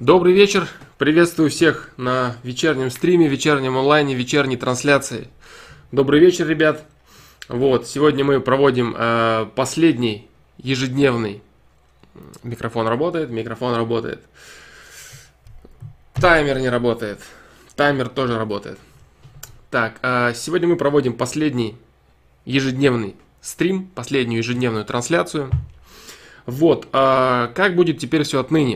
Добрый вечер, приветствую всех на вечернем стриме, вечернем онлайне, вечерней трансляции. Добрый вечер, ребят. Вот, сегодня мы проводим последний ежедневный. Микрофон работает. Таймер не работает. Таймер тоже работает. Так, сегодня мы проводим последний ежедневный стрим, последнюю ежедневную трансляцию. Вот, как будет теперь все отныне?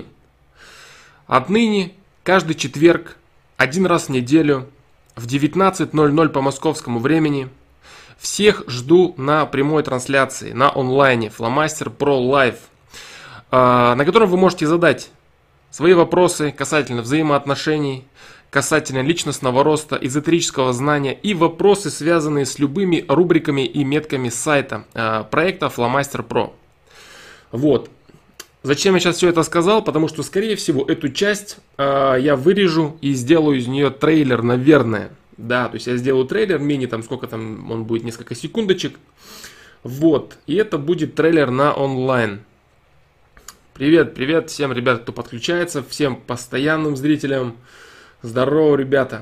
Отныне каждый четверг, один раз в неделю, в 19:00 по московскому времени, всех жду на прямой трансляции, на онлайне, Flowmaster Pro Live, на котором вы можете задать свои вопросы касательно взаимоотношений, касательно личностного роста, эзотерического знания и вопросы, связанные с любыми рубриками и метками сайта проекта Flowmaster Pro. Вот. Зачем я сейчас все это сказал? Потому что, скорее всего, эту часть я вырежу и сделаю из нее трейлер, наверное. Да, то есть я сделаю трейлер, там сколько там, он будет, несколько секундочек. Вот, и это будет трейлер на онлайн. Привет всем, ребят, кто подключается, всем постоянным зрителям. Здорово, ребята.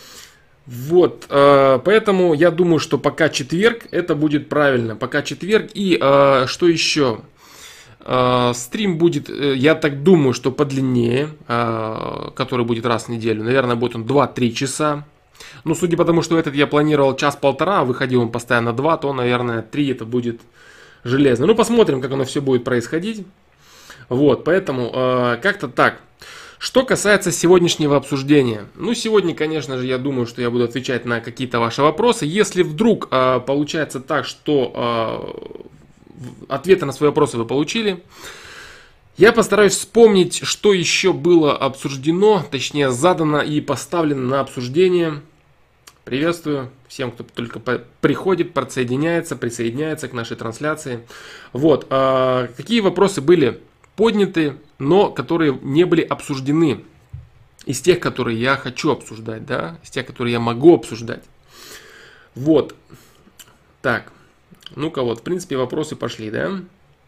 Вот, поэтому я думаю, что пока четверг, это будет правильно. Пока четверг, и что еще? Стрим будет, я так думаю, что подлиннее, который будет раз в неделю. Наверное, будет он 2-3 часа. Ну, судя по тому, что этот я планировал час-полтора, а выходил он постоянно 2, то, наверное, 3 это будет железно. Ну, посмотрим, как оно все будет происходить. Вот, поэтому как-то так. Что касается сегодняшнего обсуждения. Ну, сегодня, конечно же, я думаю, что я буду отвечать на какие-то ваши вопросы. Если вдруг получается так, что ответы на свои вопросы вы получили, я постараюсь вспомнить, что еще было обсуждено, точнее задано и поставлено на обсуждение. Приветствую всем, кто только приходит, присоединяется к нашей трансляции. Вот, какие вопросы были подняты, но которые не были обсуждены из тех, которые я хочу обсуждать, да, из тех, которые я могу обсуждать. Вот, так. Ну-ка вот, в принципе, вопросы пошли, да?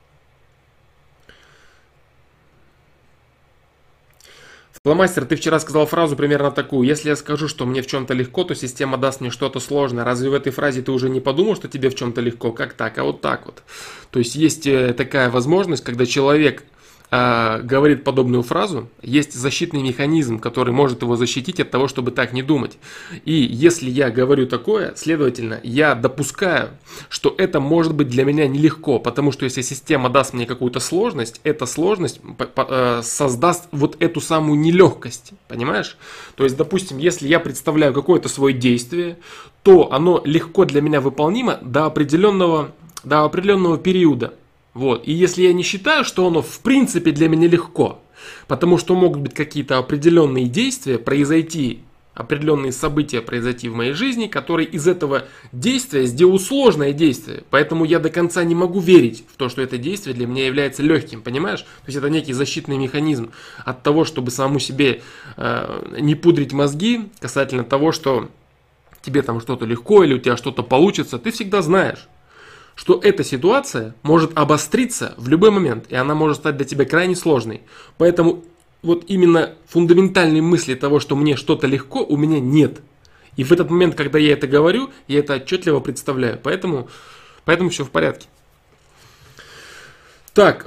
Фломастер, ты вчера сказал фразу примерно такую: если я скажу, что мне в чем-то легко, то система даст мне что-то сложное. Разве в этой фразе ты уже не подумал, что тебе в чем-то легко? Как так? А вот так вот. То есть есть такая возможность, когда человек говорит подобную фразу, есть защитный механизм, который может его защитить от того, чтобы так не думать. И если я говорю такое, следовательно, я допускаю, что это может быть для меня нелегко, потому что если система даст мне какую-то сложность, эта сложность создаст вот эту самую нелегкость, понимаешь? То есть, допустим, если я представляю какое-то свое действие, то оно легко для меня выполнимо до определенного периода. Вот. И если я не считаю, что оно в принципе для меня легко, потому что могут быть какие-то определенные действия произойти, определенные события произойти в моей жизни, которые из этого действия сделают сложное действие. Поэтому я до конца не могу верить в то, что это действие для меня является легким, понимаешь? То есть это некий защитный механизм от того, чтобы самому себе не пудрить мозги касательно того, что тебе там что-то легко или у тебя что-то получится. Ты всегда знаешь, что эта ситуация может обостриться в любой момент, и она может стать для тебя крайне сложной. Поэтому вот именно фундаментальной мысли того, что мне что-то легко, у меня нет. И в этот момент, когда я это говорю, я это отчетливо представляю. Поэтому все в порядке. Так,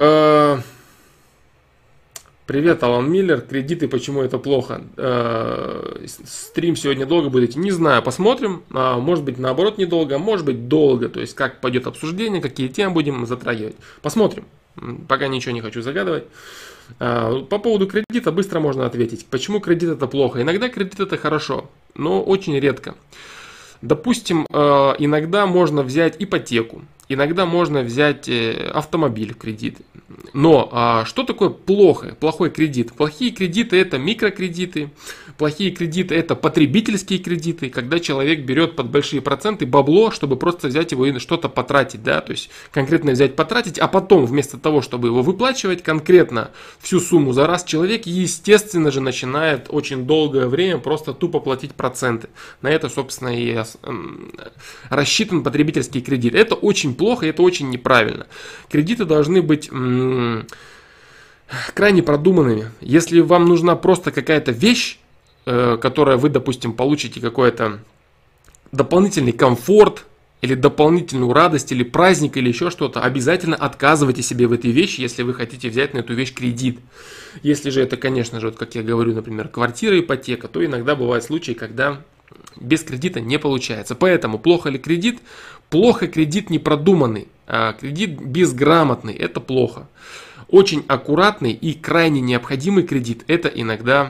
привет, Алан Миллер. Кредиты, почему это плохо? Стрим сегодня долго будет идти? Не знаю, посмотрим. Может быть, наоборот, недолго, может быть, долго. То есть, как пойдет обсуждение, какие темы будем затрагивать. Посмотрим. Пока ничего не хочу загадывать. По поводу кредита быстро можно ответить. Почему кредит это плохо? Иногда кредит это хорошо, но очень редко. Допустим, иногда можно взять ипотеку. Иногда можно взять автомобиль в кредит. Но что такое плохой кредит? Плохие кредиты это микрокредиты, плохие кредиты это потребительские кредиты, когда человек берет под большие проценты бабло, чтобы просто взять его и что-то потратить, да, то есть конкретно взять потратить, а потом вместо того, чтобы его выплачивать конкретно всю сумму за раз, человек, естественно же, начинает очень долгое время просто тупо платить проценты. На это, собственно, и рассчитан потребительский кредит. Это очень плохо, и это очень неправильно. Кредиты должны быть крайне продуманными. Если вам нужна просто какая-то вещь, которая вы, допустим, получите какой-то дополнительный комфорт, или дополнительную радость, или праздник, или еще что-то, обязательно отказывайте себе в этой вещи, если вы хотите взять на эту вещь кредит. Если же это, конечно же, вот как я говорю, например, квартира, ипотека, то иногда бывают случаи, когда без кредита не получается. Поэтому плохо ли кредит? Плохо кредит непродуманный, а кредит безграмотный, это плохо. Очень аккуратный и крайне необходимый кредит, это иногда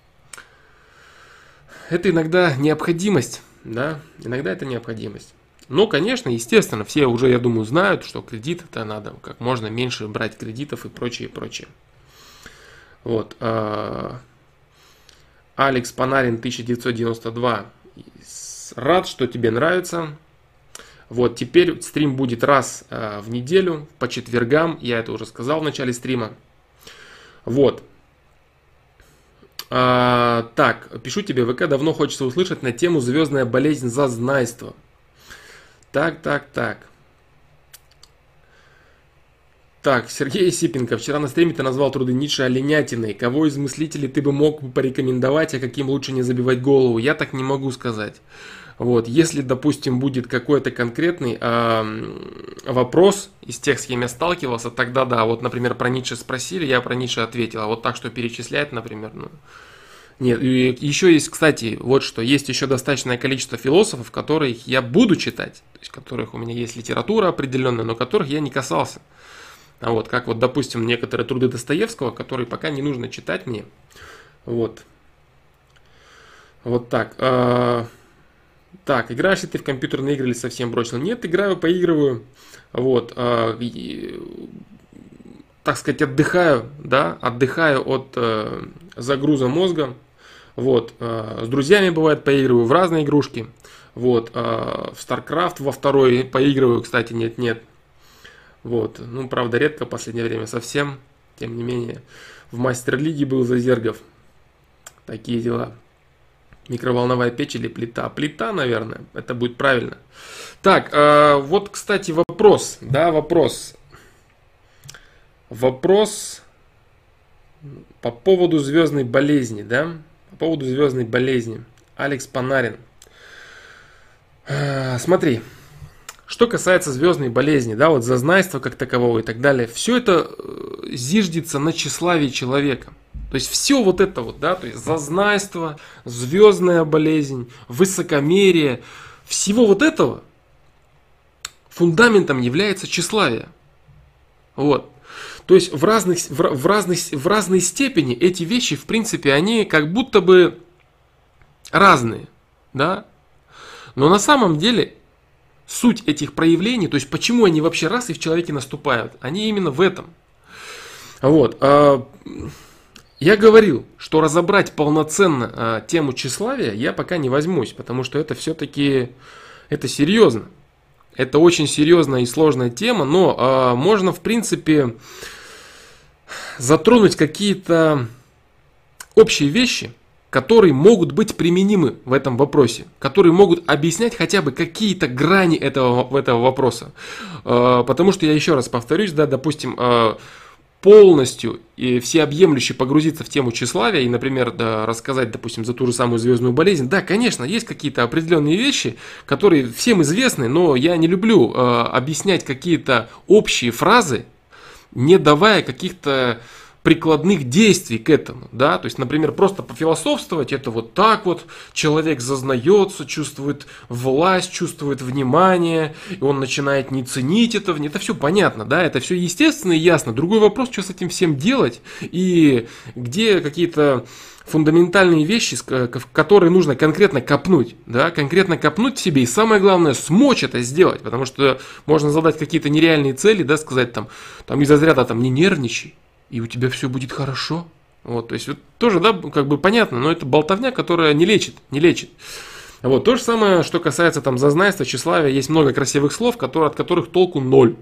необходимость, да, иногда это необходимость. Но, конечно, естественно, все уже, я думаю, знают, что кредит это надо как можно меньше брать кредитов и прочее, прочее. Вот. Алекс Панарин 1992. Рад, что тебе нравится. Вот, теперь стрим будет раз в неделю, по четвергам. Я это уже сказал в начале стрима. Вот. Так, пишу тебе, ВК давно хочется услышать на тему «Звездная болезнь зазнайства». Так. Так, Сергей Сипенко, вчера на стриме ты назвал труды Ницше оленятиной. Кого из мыслителей ты бы мог порекомендовать, а каким лучше не забивать голову? Я так не могу сказать. Вот, если, допустим, будет какой-то конкретный вопрос из тех, с кем я сталкивался, тогда да. Вот, например, про Ницше спросили, я про Ницше ответил. А вот так, что перечислять, например, ну... Нет, и еще есть, кстати, вот что, есть еще достаточное количество философов, которых я буду читать, то есть которых у меня есть литература определенная, но которых я не касался. А вот, как вот, допустим, некоторые труды Достоевского, которые пока не нужно читать мне. Вот. Вот так. Так, играешь ли ты в компьютерные игры или совсем бросил? Нет, играю, поигрываю. Вот. Так сказать, отдыхаю, да, отдыхаю от загруза мозга. Вот, с друзьями бывает поигрываю в разные игрушки. Вот, в StarCraft во второй поигрываю, кстати, нет. Вот, ну, правда, редко в последнее время совсем. Тем не менее, в Мастер-лиге был за зергов. Такие дела. Микроволновая печь или плита? Плита, наверное, это будет правильно. Так, вот, кстати, вопрос, да, вопрос по поводу звездной болезни, да? По поводу звездной болезни. Алекс Панарин. Смотри, что касается звездной болезни, да, вот зазнайства как такового и так далее, все это зиждется на тщеславии человека. То есть все вот это вот, да, то есть зазнайство, звездная болезнь, высокомерие, всего вот этого фундаментом является тщеславие. Вот. То есть в разной степени эти вещи, в принципе, они как будто бы разные, да? Но на самом деле суть этих проявлений, то есть почему они вообще раз и в человеке наступают, они именно в этом. Вот. Я говорил, что разобрать полноценно тему тщеславия я пока не возьмусь, потому что это все-таки это серьезно. Это очень серьезная и сложная тема, но можно, в принципе, затронуть какие-то общие вещи, которые могут быть применимы в этом вопросе, которые могут объяснять хотя бы какие-то грани этого вопроса. Потому что, я еще раз повторюсь, да, допустим, полностью и всеобъемлюще погрузиться в тему тщеславия и, например, да, рассказать, допустим, за ту же самую звездную болезнь. Да, конечно, есть какие-то определенные вещи, которые всем известны, но я не люблю объяснять какие-то общие фразы, не давая каких-то прикладных действий к этому, да, то есть, например, просто пофилософствовать, это вот так вот, человек зазнается, чувствует власть, чувствует внимание, и он начинает не ценить это все понятно, да, это все естественно и ясно. Другой вопрос, что с этим всем делать, и где какие-то фундаментальные вещи, в которые нужно конкретно копнуть, да, конкретно копнуть в себе, и самое главное, смочь это сделать, потому что можно задать какие-то нереальные цели, да, сказать там из разряда там не нервничай, и у тебя все будет хорошо. Вот, то есть вот тоже, да, как бы понятно, но это болтовня, которая не лечит. Вот, то же самое, что касается там зазнайства, тщеславия, есть много красивых слов, от которых толку ноль.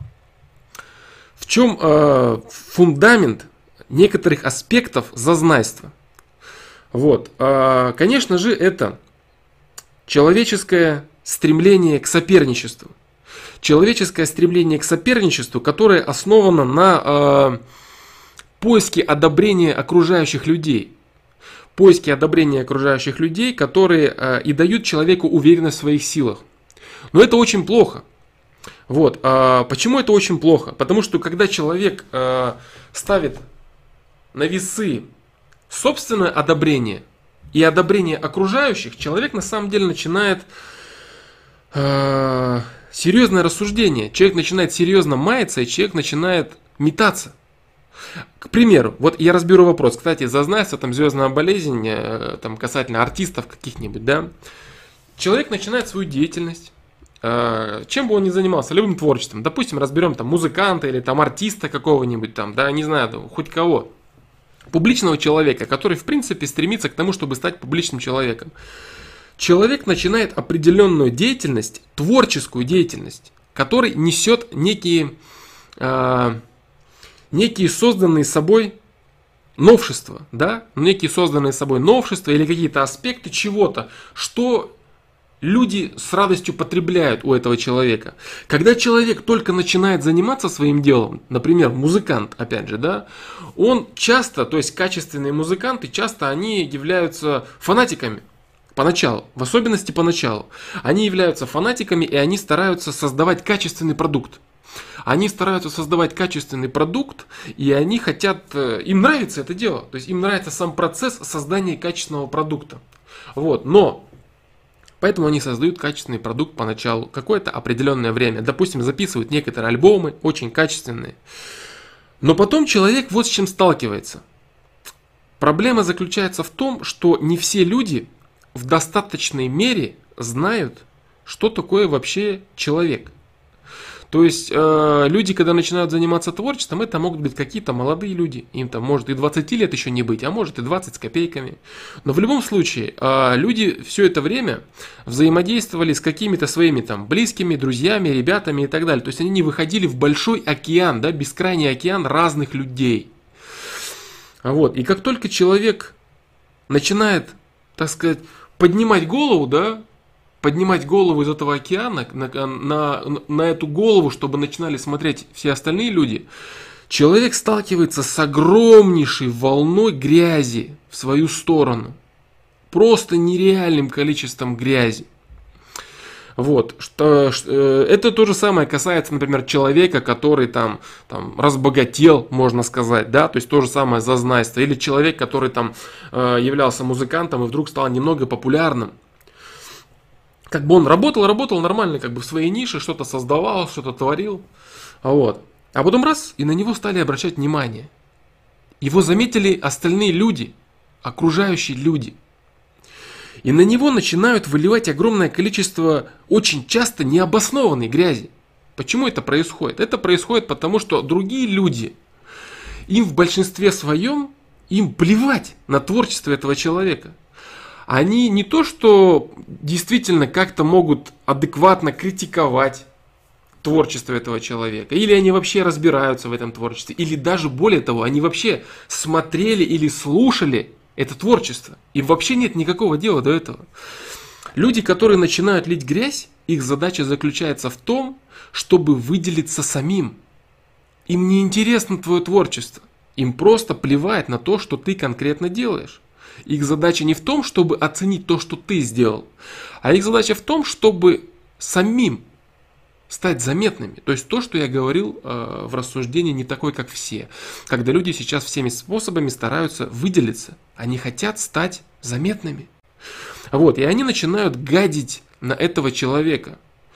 В чем фундамент некоторых аспектов зазнайства? Вот, конечно же, это человеческое стремление к соперничеству. Человеческое стремление к соперничеству, которое основано на поиске одобрения окружающих людей. Поиски одобрения окружающих людей, которые и дают человеку уверенность в своих силах. Но это очень плохо. Вот. Почему это очень плохо? Потому что когда человек ставит на весы собственное одобрение и одобрение окружающих, человек на самом деле начинает серьезное рассуждение. Человек начинает серьезно маяться, и человек начинает метаться. К примеру, вот я разберу вопрос. Кстати, зазнайся, там звездная болезнь, там касательно артистов каких-нибудь, да. Человек начинает свою деятельность, чем бы он ни занимался, любым творчеством. Допустим, разберем там музыканта или там артиста какого-нибудь там, да, не знаю, там, хоть кого. Публичного человека, который в принципе стремится к тому, чтобы стать публичным человеком. Человек начинает определенную деятельность, творческую деятельность, который несет некие созданные собой новшества, да, некие созданные собой новшества или какие-то аспекты чего-то, что люди с радостью потребляют у этого человека. Когда человек только начинает заниматься своим делом, например, музыкант, опять же, да, он часто, то есть качественные музыканты, часто они являются фанатиками поначалу, в особенности поначалу. Они являются фанатиками, и они стараются создавать качественный продукт. Они стараются создавать качественный продукт, и они хотят, им нравится это дело, то есть им нравится сам процесс создания качественного продукта. Вот, но поэтому они создают качественный продукт поначалу, какое-то определенное время. Допустим, записывают некоторые альбомы, очень качественные. Но потом человек вот с чем сталкивается. Проблема заключается в том, что не все люди в достаточной мере знают, что такое вообще человек. То есть люди, когда начинают заниматься творчеством, это могут быть какие-то молодые люди. Им там может и 20 лет еще не быть, а может и 20 с копейками. Но в любом случае, люди все это время взаимодействовали с какими-то своими там близкими, друзьями, ребятами и так далее. То есть они не выходили в большой океан, да, бескрайний океан разных людей. Вот. И как только человек начинает, так сказать, поднимать голову, да, поднимать голову из этого океана на эту голову, чтобы начинали смотреть все остальные люди, человек сталкивается с огромнейшей волной грязи в свою сторону. Просто нереальным количеством грязи. Вот. Это то же самое касается, например, человека, который там разбогател, можно сказать, да, то есть то же самое зазнайство. Или человек, который там являлся музыкантом и вдруг стал немного популярным. Как бы он работал нормально, как бы в своей нише, что-то создавал, что-то творил. Вот. А потом раз, и на него стали обращать внимание. Его заметили остальные люди, окружающие люди. И на него начинают выливать огромное количество очень часто необоснованной грязи. Почему это происходит? Это происходит потому, что другие люди, им в большинстве своем, им плевать на творчество этого человека. Они не то, что действительно как-то могут адекватно критиковать творчество этого человека, или они вообще разбираются в этом творчестве, или даже более того, они вообще смотрели или слушали это творчество. Им вообще нет никакого дела до этого. Люди, которые начинают лить грязь, их задача заключается в том, чтобы выделиться самим. Им не интересно твое творчество. Им просто плевать на то, что ты конкретно делаешь. Их задача не в том, чтобы оценить то, что ты сделал, а их задача в том, чтобы самим стать заметными. То есть то, что я говорил в рассуждении, не такой, как все. Когда люди сейчас всеми способами стараются выделиться. Они хотят стать заметными. Вот, и они начинают гадить на этого человека.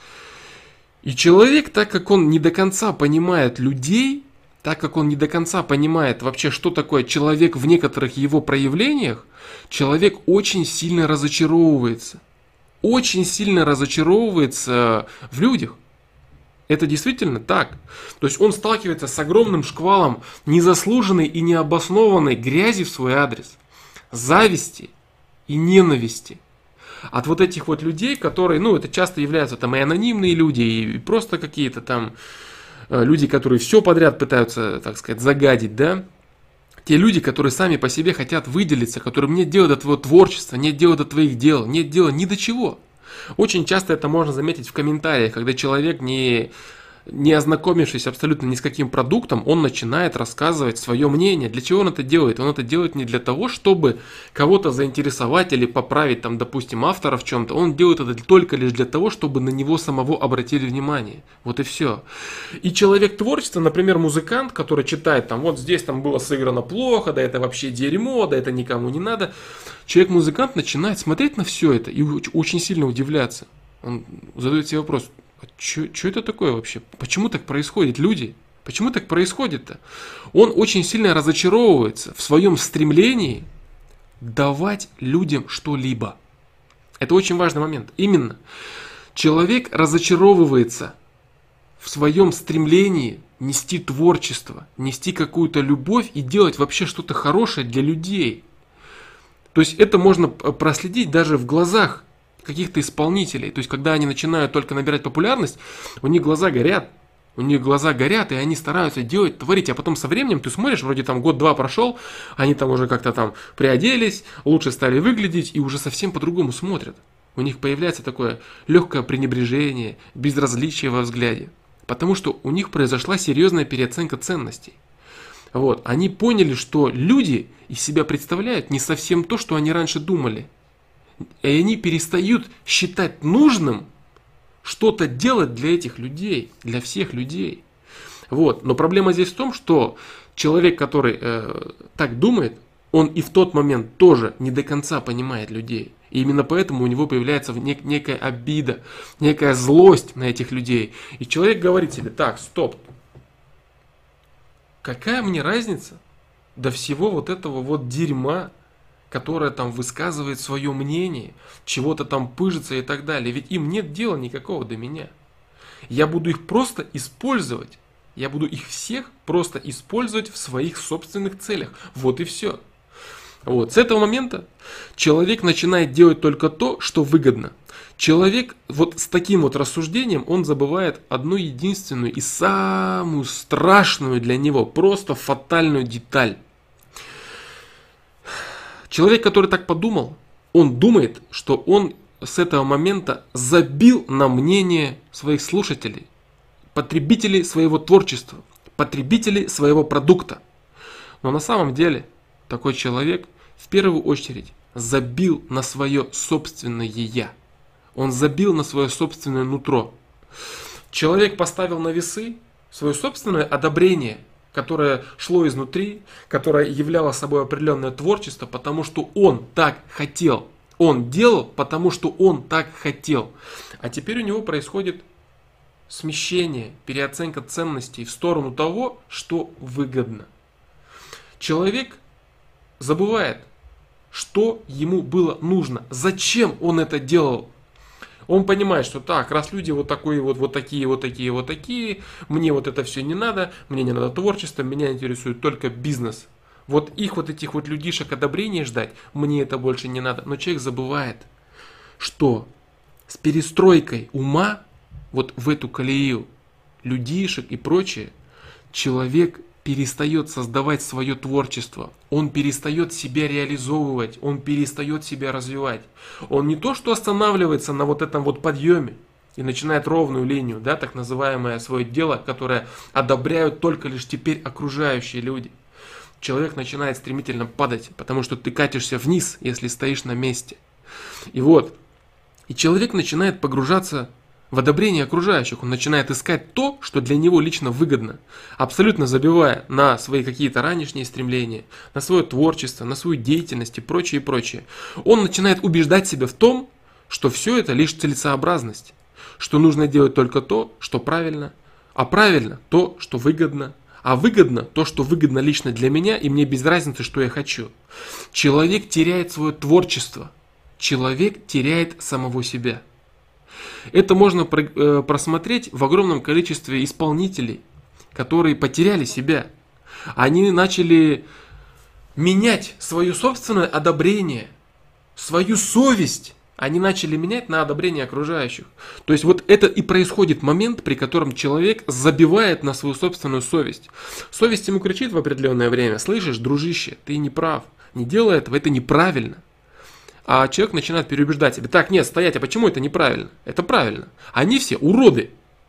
И человек, так как он не до конца понимает людей, так как он не до конца понимает вообще, что такое человек в некоторых его проявлениях, человек очень сильно разочаровывается. Очень сильно разочаровывается в людях. Это действительно так. То есть он сталкивается с огромным шквалом незаслуженной и необоснованной грязи в свой адрес, зависти и ненависти. От вот этих вот людей, которые, это часто являются там и анонимные люди, и просто какие-то там люди, которые все подряд пытаются, так сказать, загадить, да. Те люди, которые сами по себе хотят выделиться, которым нет дела до твоего творчества, нет дела до твоих дел, нет дела ни до чего. Очень часто это можно заметить в комментариях, когда человек не не ознакомившись абсолютно ни с каким продуктом, он начинает рассказывать свое мнение. Для чего он это делает? Он это делает не для того, чтобы кого-то заинтересовать или поправить, там, допустим, автора в чем-то. Он делает это только лишь для того, чтобы на него самого обратили внимание. Вот и все. И человек творчества, например, музыкант, который читает, там, вот здесь там было сыграно плохо, да это вообще дерьмо, да это никому не надо. Человек-музыкант начинает смотреть на все это и очень сильно удивляться. Он задает себе вопрос: что это такое вообще? Почему так происходит, люди? Почему так происходит-то? Он очень сильно разочаровывается в своем стремлении давать людям что-либо. Это очень важный момент. Именно. Человек разочаровывается в своем стремлении нести творчество, нести какую-то любовь и делать вообще что-то хорошее для людей. То есть это можно проследить даже в глазах каких-то исполнителей. То есть когда они начинают только набирать популярность, у них глаза горят. У них глаза горят, и они стараются делать, творить. А потом со временем ты смотришь, вроде там год-два прошел, они там уже как-то там приоделись, лучше стали выглядеть и уже совсем по-другому смотрят. У них появляется такое легкое пренебрежение, безразличие во взгляде. Потому что у них произошла серьезная переоценка ценностей. Вот. Они поняли, что люди из себя представляют не совсем то, что они раньше думали. И они перестают считать нужным что-то делать для этих людей, для всех людей. Вот. Но проблема здесь в том, что человек, который так думает, он и в тот момент тоже не до конца понимает людей. И именно поэтому у него появляется некая обида, некая злость на этих людей. И человек говорит себе: так, стоп, какая мне разница до всего вот этого вот дерьма, которая там высказывает свое мнение, чего-то там пыжится и так далее. Ведь им нет дела никакого до меня. Я буду их просто использовать. Я буду их всех просто использовать в своих собственных целях. Вот и все. Вот. С этого момента человек начинает делать только то, что выгодно. Человек вот с таким вот рассуждением, он забывает одну единственную и самую страшную для него, просто фатальную деталь. Человек, который так подумал, он думает, что он с этого момента забил на мнение своих слушателей, потребителей своего творчества, потребителей своего продукта. Но на самом деле такой человек в первую очередь забил на свое собственное «я». Он забил на свое собственное нутро. Человек поставил на весы свое собственное одобрение, которое шло изнутри, которое являло собой определенное творчество, потому что он так хотел. Он делал, потому что он так хотел. А теперь у него происходит смещение, переоценка ценностей в сторону того, что выгодно. Человек забывает, что ему было нужно, зачем он это делал. Он понимает, что так, раз люди вот такие, мне вот это все не надо, мне не надо творчество, меня интересует только бизнес. Вот их вот этих вот людишек одобрения ждать, мне это больше не надо. Но человек забывает, что с перестройкой ума вот в эту колею людишек и прочее, человек перестает создавать свое творчество, он перестает себя реализовывать, он перестает себя развивать. Он не то что останавливается на вот этом вот подъеме и начинает ровную линию, да, так называемое свое дело, которое одобряют только лишь теперь окружающие люди. Человек начинает стремительно падать, потому что ты катишься вниз, если стоишь на месте. И вот, и человек начинает погружаться в одобрение окружающих. Он начинает искать то, что для него лично выгодно, абсолютно забивая на свои какие-то ранешние стремления, на свое творчество, на свою деятельность и прочее, и прочее. Он начинает убеждать себя в том, что все это лишь целесообразность, что нужно делать только то, что правильно, а правильно то, что выгодно, а выгодно то, что выгодно лично для меня, и мне без разницы, что я хочу. Человек теряет свое творчество, человек теряет самого себя. Это можно просмотреть в огромном количестве исполнителей, которые потеряли себя. Они начали менять свое собственное одобрение, свою совесть. Они начали менять на одобрение окружающих. То есть вот это и происходит момент, при котором человек забивает на свою собственную совесть. Совесть ему кричит в определенное время: слышишь, дружище, ты не прав, не делай этого, это неправильно. А человек начинает переубеждать себя: так, нет, стоять, а почему это неправильно? Это правильно. Они все уроды.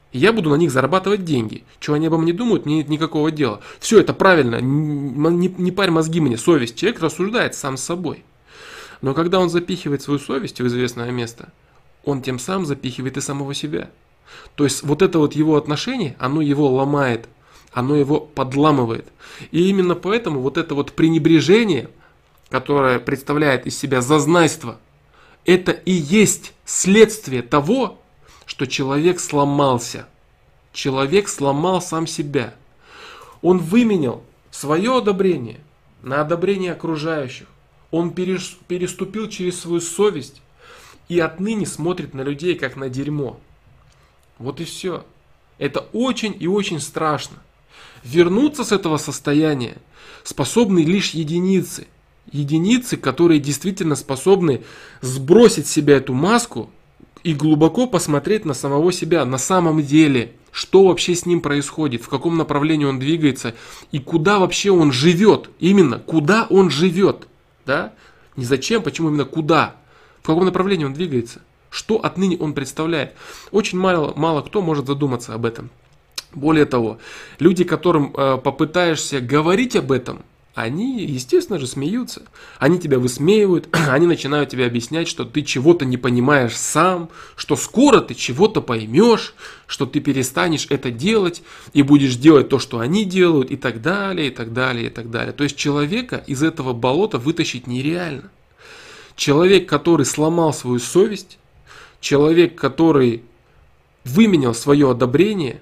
И я буду на них зарабатывать деньги. Что они обо мне думают, мне нет никакого дела. Все это правильно, не парь мозги мне, совесть. Человек рассуждает сам с собой. Но когда он запихивает свою совесть в известное место, он тем самым запихивает и самого себя. То есть вот это вот его отношение, оно его ломает, оно его подламывает. И именно поэтому вот это вот пренебрежение, которое представляет из себя зазнайство, это и есть следствие того, что человек сломался. Человек сломал сам себя. Он выменял свое одобрение на одобрение окружающих. Он переступил через свою совесть и отныне смотрит на людей как на дерьмо. Вот и все. Это очень и очень страшно. Вернуться с этого состояния способны лишь единицы. Единицы, которые действительно способны сбросить с себя эту маску и глубоко посмотреть на самого себя, на самом деле, что вообще с ним происходит, в каком направлении он двигается и куда вообще он живет. Именно, куда он живет. Да? Не зачем, почему именно куда, в каком направлении он двигается, что отныне он представляет. Очень мало кто может задуматься об этом. Более того, люди, которым попытаешься говорить об этом, они, естественно же, смеются. Они тебя высмеивают, они начинают тебе объяснять, что ты чего-то не понимаешь сам, что скоро ты чего-то поймешь, что ты перестанешь это делать и будешь делать то, что они делают, и так далее, и так далее, и так далее. То есть человека из этого болота вытащить нереально. Человек, который сломал свою совесть, человек, который выменял свое одобрение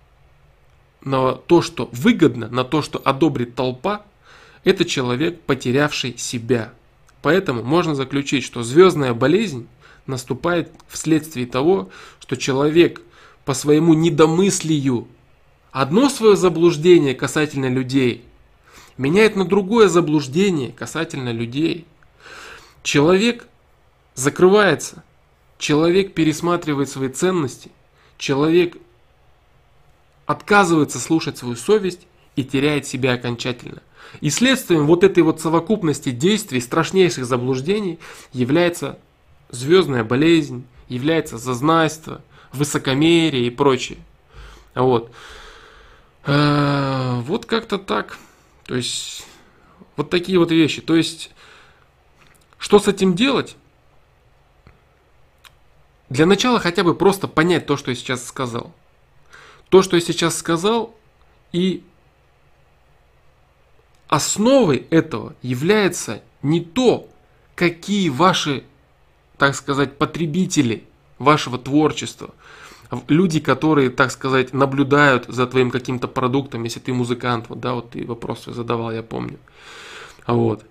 на то, что выгодно, на то, что одобрит толпа, это человек, потерявший себя. Поэтому можно заключить, что звездная болезнь наступает вследствие того, что человек по своему недомыслию одно свое заблуждение касательно людей меняет на другое заблуждение касательно людей. Человек закрывается, человек пересматривает свои ценности, человек отказывается слушать свою совесть и теряет себя окончательно. И следствием вот этой вот совокупности действий, страшнейших заблуждений, является звездная болезнь, является зазнайство, высокомерие и прочее. Вот. Вот как-то так. То есть, вот такие вот вещи. То есть, что с этим делать? Для начала хотя бы просто понять то, что я сейчас сказал. То, что я сейчас сказал, и основой этого является не то, какие ваши, так сказать, потребители вашего творчества, люди, которые, так сказать, наблюдают за твоим каким-то продуктом, если ты музыкант, вот, да, вот ты вопрос задавал, я помню. Вот.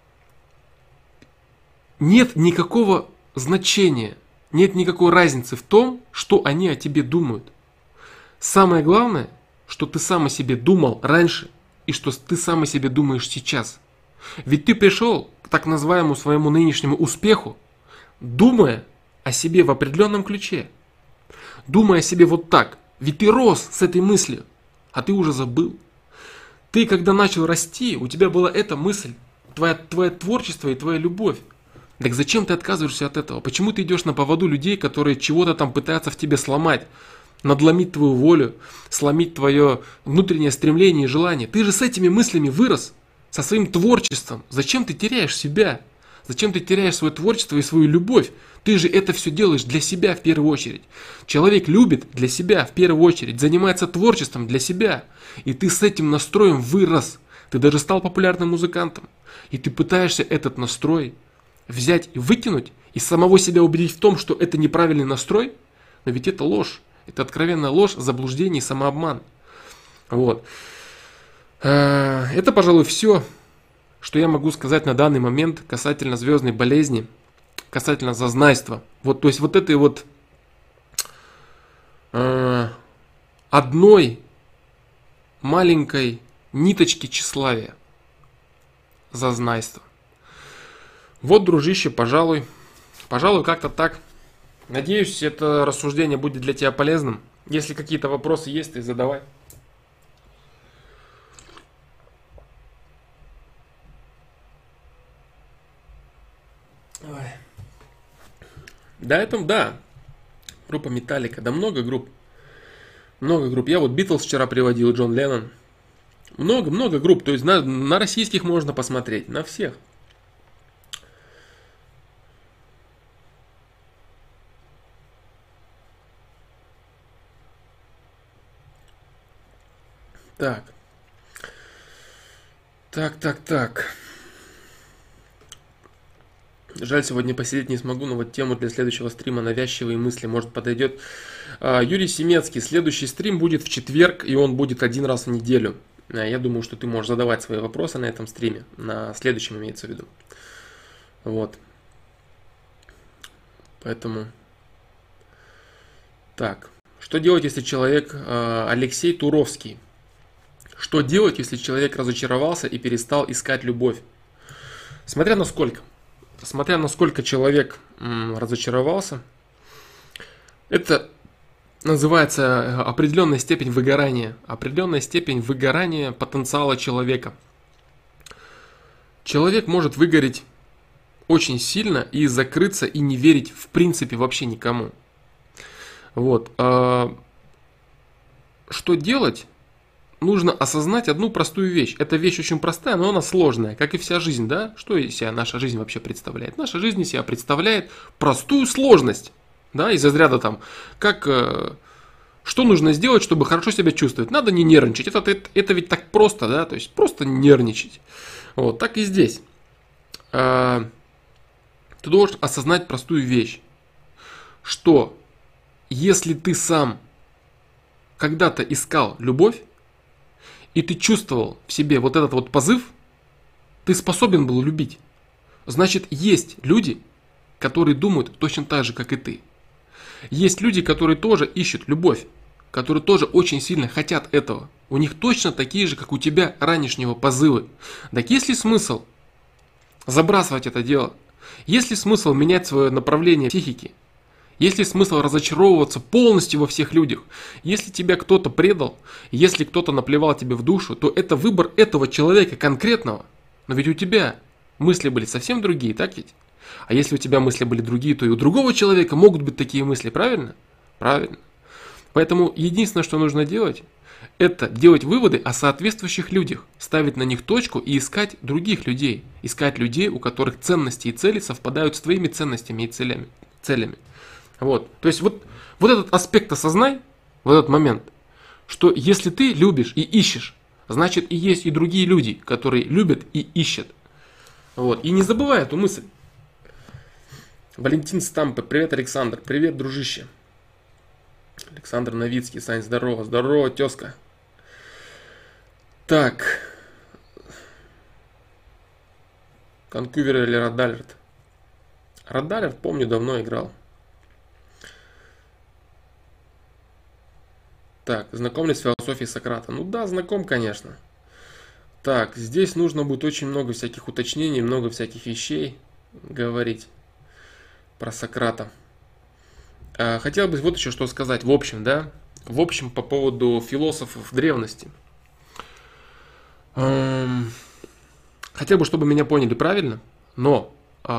Нет никакого значения, нет никакой разницы в том, что они о тебе думают. Самое главное, что ты сам о себе думал раньше, и что ты сам о себе думаешь сейчас. Ведь ты пришел к так называемому своему нынешнему успеху, думая о себе в определенном ключе. Думая о себе вот так. Ведь ты рос с этой мыслью, а ты уже забыл. Ты, когда начал расти, у тебя была эта мысль, твое творчество и твоя любовь. Так зачем ты отказываешься от этого? Почему ты идешь на поводу людей, которые чего-то там пытаются в тебе сломать? Надломить твою волю, сломить твое внутреннее стремление и желание. Ты же с этими мыслями вырос, со своим творчеством. Зачем ты теряешь себя? Зачем ты теряешь свое творчество и свою любовь? Ты же это все делаешь для себя в первую очередь. Человек любит для себя в первую очередь, занимается творчеством для себя. И ты с этим настроем вырос. Ты даже стал популярным музыкантом. И ты пытаешься этот настрой взять и выкинуть, и самого себя убедить в том, что это неправильный настрой. Но ведь это ложь. Это откровенная ложь, заблуждение и самообман. Вот. Это, пожалуй, все, что я могу сказать на данный момент касательно звездной болезни, касательно зазнайства. Вот, то есть вот этой вот одной маленькой ниточки тщеславия. Зазнайства. Вот, дружище, пожалуй, как-то так. Надеюсь, это рассуждение будет для тебя полезным. Если какие-то вопросы есть, ты задавай. Ой. Да, это да. Группа Металлика. Да много групп. Много групп. Я вот Битлз вчера приводил, Джон Леннон. Много групп. То есть на российских можно посмотреть. На всех. Так. Так. Жаль, сегодня посидеть не смогу, но вот тему для следующего стрима «Навязчивые мысли» может подойдет. Юрий Семецкий. Следующий стрим будет в четверг, и он будет один раз в неделю. Я думаю, что ты можешь задавать свои вопросы на этом стриме. На следующем имеется в виду. Вот. Поэтому... Так. Что делать, если человек... Алексей Туровский. Что делать, если человек разочаровался и перестал искать любовь? Смотря насколько человек разочаровался, это называется определенная степень выгорания потенциала человека. Человек может выгореть очень сильно и закрыться и не верить в принципе вообще никому. Вот. Что делать? Нужно осознать одну простую вещь. Эта вещь очень простая, но она сложная, как и вся жизнь, да? Что из себя наша жизнь вообще представляет? Наша жизнь из себя представляет простую сложность, да, из разряда там, что нужно сделать, чтобы хорошо себя чувствовать? Надо не нервничать. Это ведь так просто, да? То есть просто нервничать. Вот, так и здесь. Ты должен осознать простую вещь, что если ты сам когда-то искал любовь, и ты чувствовал в себе вот этот вот позыв, ты способен был любить. Значит, есть люди, которые думают точно так же, как и ты. Есть люди, которые тоже ищут любовь, которые тоже очень сильно хотят этого. У них точно такие же, как у тебя, ранешнего позывы. Так есть ли смысл забрасывать это дело? Есть ли смысл менять свое направление психики? Есть ли смысл разочаровываться полностью во всех людях? Если тебя кто-то предал, если кто-то наплевал тебе в душу, то это выбор этого человека конкретного. Но ведь у тебя мысли были совсем другие, так ведь? А если у тебя мысли были другие, то и у другого человека могут быть такие мысли, правильно? Правильно. Поэтому единственное, что нужно делать, это делать выводы о соответствующих людях, ставить на них точку и искать других людей. Искать людей, у которых ценности и цели совпадают с твоими ценностями и целями. Вот. То есть вот этот аспект осознай в этот момент, что если ты любишь и ищешь, значит и есть и другие люди, которые любят и ищут. Вот. И не забывай эту мысль. Валентин Стампы, привет, Александр, привет, дружище. Александр Новицкий, Сань, здорово, здорово, тезка. Так. Ванкувер или Родалерт? Родалерт, помню, давно играл. Так, знаком ли с философией Сократа? Ну да, знаком, конечно. Так, здесь нужно будет очень много всяких уточнений, много всяких вещей говорить про Сократа. Хотел бы вот еще что сказать, в общем, да? В общем, по поводу философов древности. Хотел бы, чтобы меня поняли правильно, но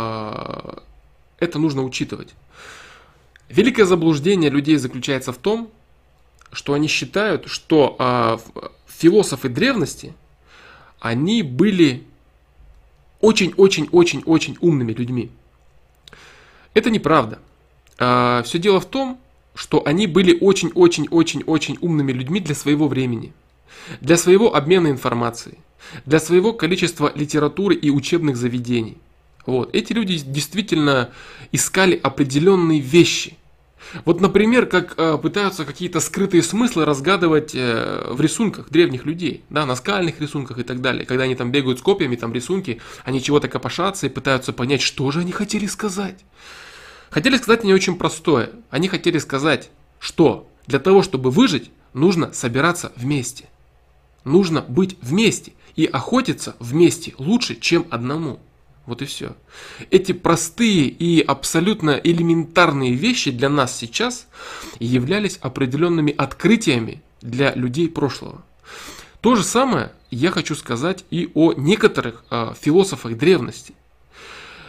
это нужно учитывать. Великое заблуждение людей заключается в том, что они считают, что философы древности, они были очень-очень-очень-очень умными людьми. Это неправда. Все дело в том, что они были очень-очень-очень-очень умными людьми для своего времени, для своего обмена информацией, для своего количества литературы и учебных заведений. Вот. Эти люди действительно искали определенные вещи. Вот, например, как пытаются какие-то скрытые смыслы разгадывать в рисунках древних людей, да, на скальных рисунках и так далее. Когда они там бегают с копьями, там рисунки, они чего-то копошатся и пытаются понять, что же они хотели сказать. Хотели сказать они очень простое. Они хотели сказать, что для того, чтобы выжить, нужно собираться вместе. Нужно быть вместе и охотиться вместе лучше, чем одному. Вот и все. Эти простые и абсолютно элементарные вещи для нас сейчас являлись определенными открытиями для людей прошлого. То же самое я хочу сказать и о некоторых философах древности.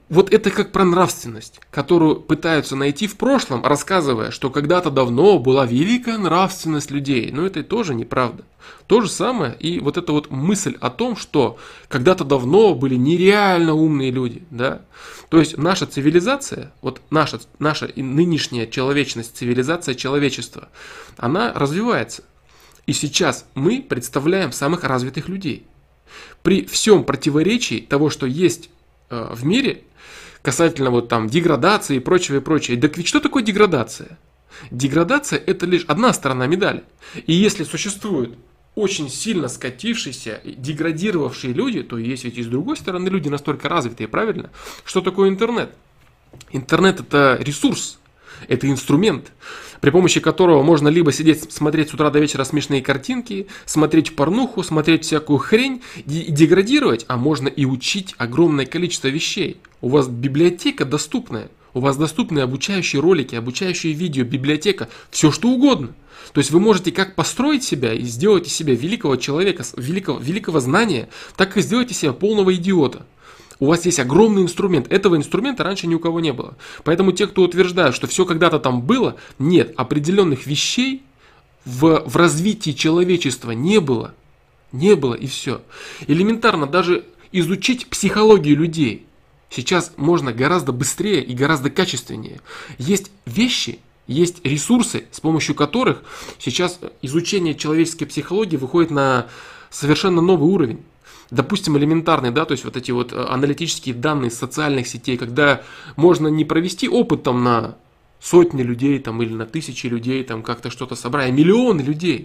Вот это как про нравственность, которую пытаются найти в прошлом, рассказывая, что когда-то давно была великая нравственность людей. Но это тоже неправда. То же самое и вот эта вот мысль о том, что когда-то давно были нереально умные люди. Да? То есть наша цивилизация, вот наша нынешняя человечность, цивилизация человечества, она развивается. И сейчас мы представляем самых развитых людей. При всем противоречии того, что есть в мире, касательно вот там деградации и прочего и прочее. Так ведь что такое деградация? Деградация это лишь одна сторона медали. И если существуют очень сильно скатившиеся, деградировавшие люди, то есть ведь и с другой стороны люди настолько развитые, правильно? Что такое интернет? Интернет это ресурс, это инструмент, при помощи которого можно либо сидеть, смотреть с утра до вечера смешные картинки, смотреть порнуху, смотреть всякую хрень, деградировать, а можно и учить огромное количество вещей. У вас библиотека доступная, у вас доступны обучающие ролики, обучающие видео, библиотека, все что угодно. То есть вы можете как построить себя и сделать из себя великого человека, великого знания, так и сделать из себя полного идиота. У вас есть огромный инструмент. Этого инструмента раньше ни у кого не было. Поэтому те, кто утверждают, что все когда-то там было, нет, определенных вещей в развитии человечества не было. Не было и все. Элементарно даже изучить психологию людей сейчас можно гораздо быстрее и гораздо качественнее. Есть вещи, есть ресурсы, с помощью которых сейчас изучение человеческой психологии выходит на совершенно новый уровень. Допустим, элементарный, да, то есть вот эти вот аналитические данные социальных сетей, когда можно не провести опыт там на сотни людей там, или на тысячи людей, там как-то что-то собрать, а миллионы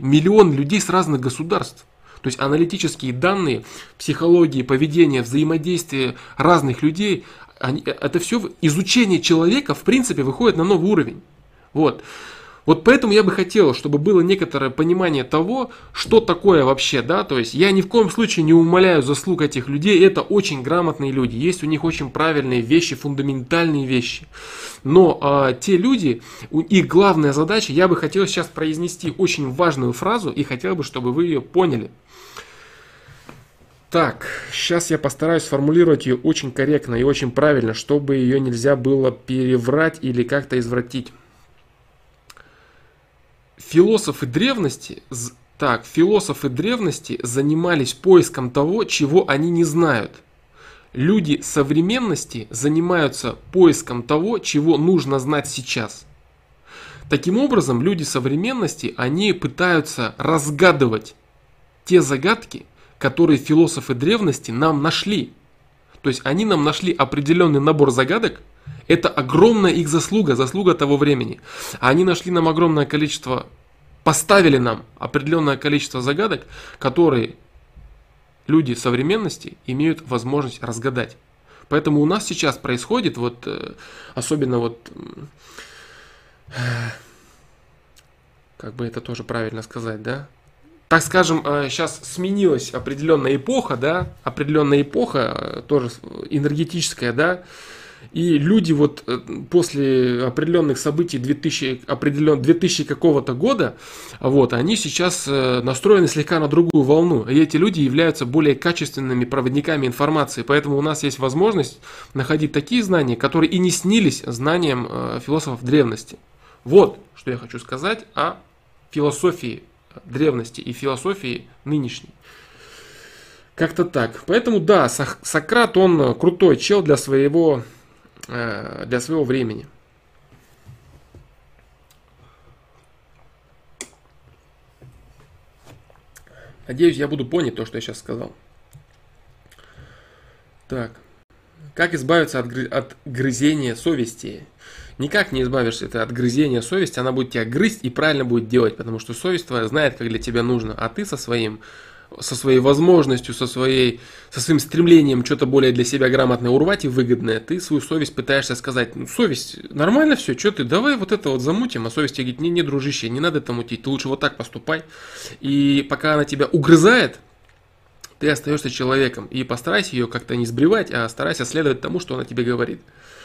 людей с разных государств. То есть аналитические данные, психологии, поведения, взаимодействия разных людей, это все изучение человека в принципе выходит на новый уровень. Вот поэтому я бы хотел, чтобы было некоторое понимание того, что такое вообще, да, то есть я ни в коем случае не умаляю заслуг этих людей, это очень грамотные люди, есть у них очень правильные вещи, фундаментальные вещи, но те люди, их главная задача, я бы хотел сейчас произнести очень важную фразу и хотел бы, чтобы вы ее поняли. Так, сейчас я постараюсь сформулировать ее очень корректно и очень правильно, чтобы ее нельзя было переврать или как-то извратить. Философы древности занимались поиском того, чего они не знают. Люди современности занимаются поиском того, чего нужно знать сейчас. Таким образом, люди современности, они пытаются разгадывать те загадки, которые философы древности нам нашли. То есть они нам нашли определенный набор загадок. Это огромная их заслуга того времени. А они нашли нам огромное количество, поставили нам определенное количество загадок, которые люди современности имеют возможность разгадать. Поэтому у нас сейчас происходит, особенно как бы это тоже правильно сказать, да? Так скажем, сейчас сменилась определенная эпоха, да, тоже энергетическая, да, и люди после определенных событий 2000 какого-то года, они сейчас настроены слегка на другую волну, и эти люди являются более качественными проводниками информации, поэтому у нас есть возможность находить такие знания, которые и не снились знаниям философов древности. Вот, что я хочу сказать о философии древности и философии нынешней. Как-то так. Поэтому да, Сократ, он крутой чел для своего времени. Надеюсь, я буду понять то, что я сейчас сказал. Так. Как избавиться от грызения совести? Никак не избавишься ты от грызения совести, она будет тебя грызть и правильно будет делать, потому что совесть твоя знает, как для тебя нужно, а ты со своей возможностью, со своим стремлением что-то более для себя грамотное урвать и выгодное, ты свою совесть пытаешься сказать: совесть, нормально все, что ты, давай это замутим, а совесть тебе говорит: не, дружище, не надо это мутить, ты лучше вот так поступай, и пока она тебя угрызает, ты остаешься человеком, и постарайся ее как-то не сбривать, а старайся следовать тому, что она тебе говорит.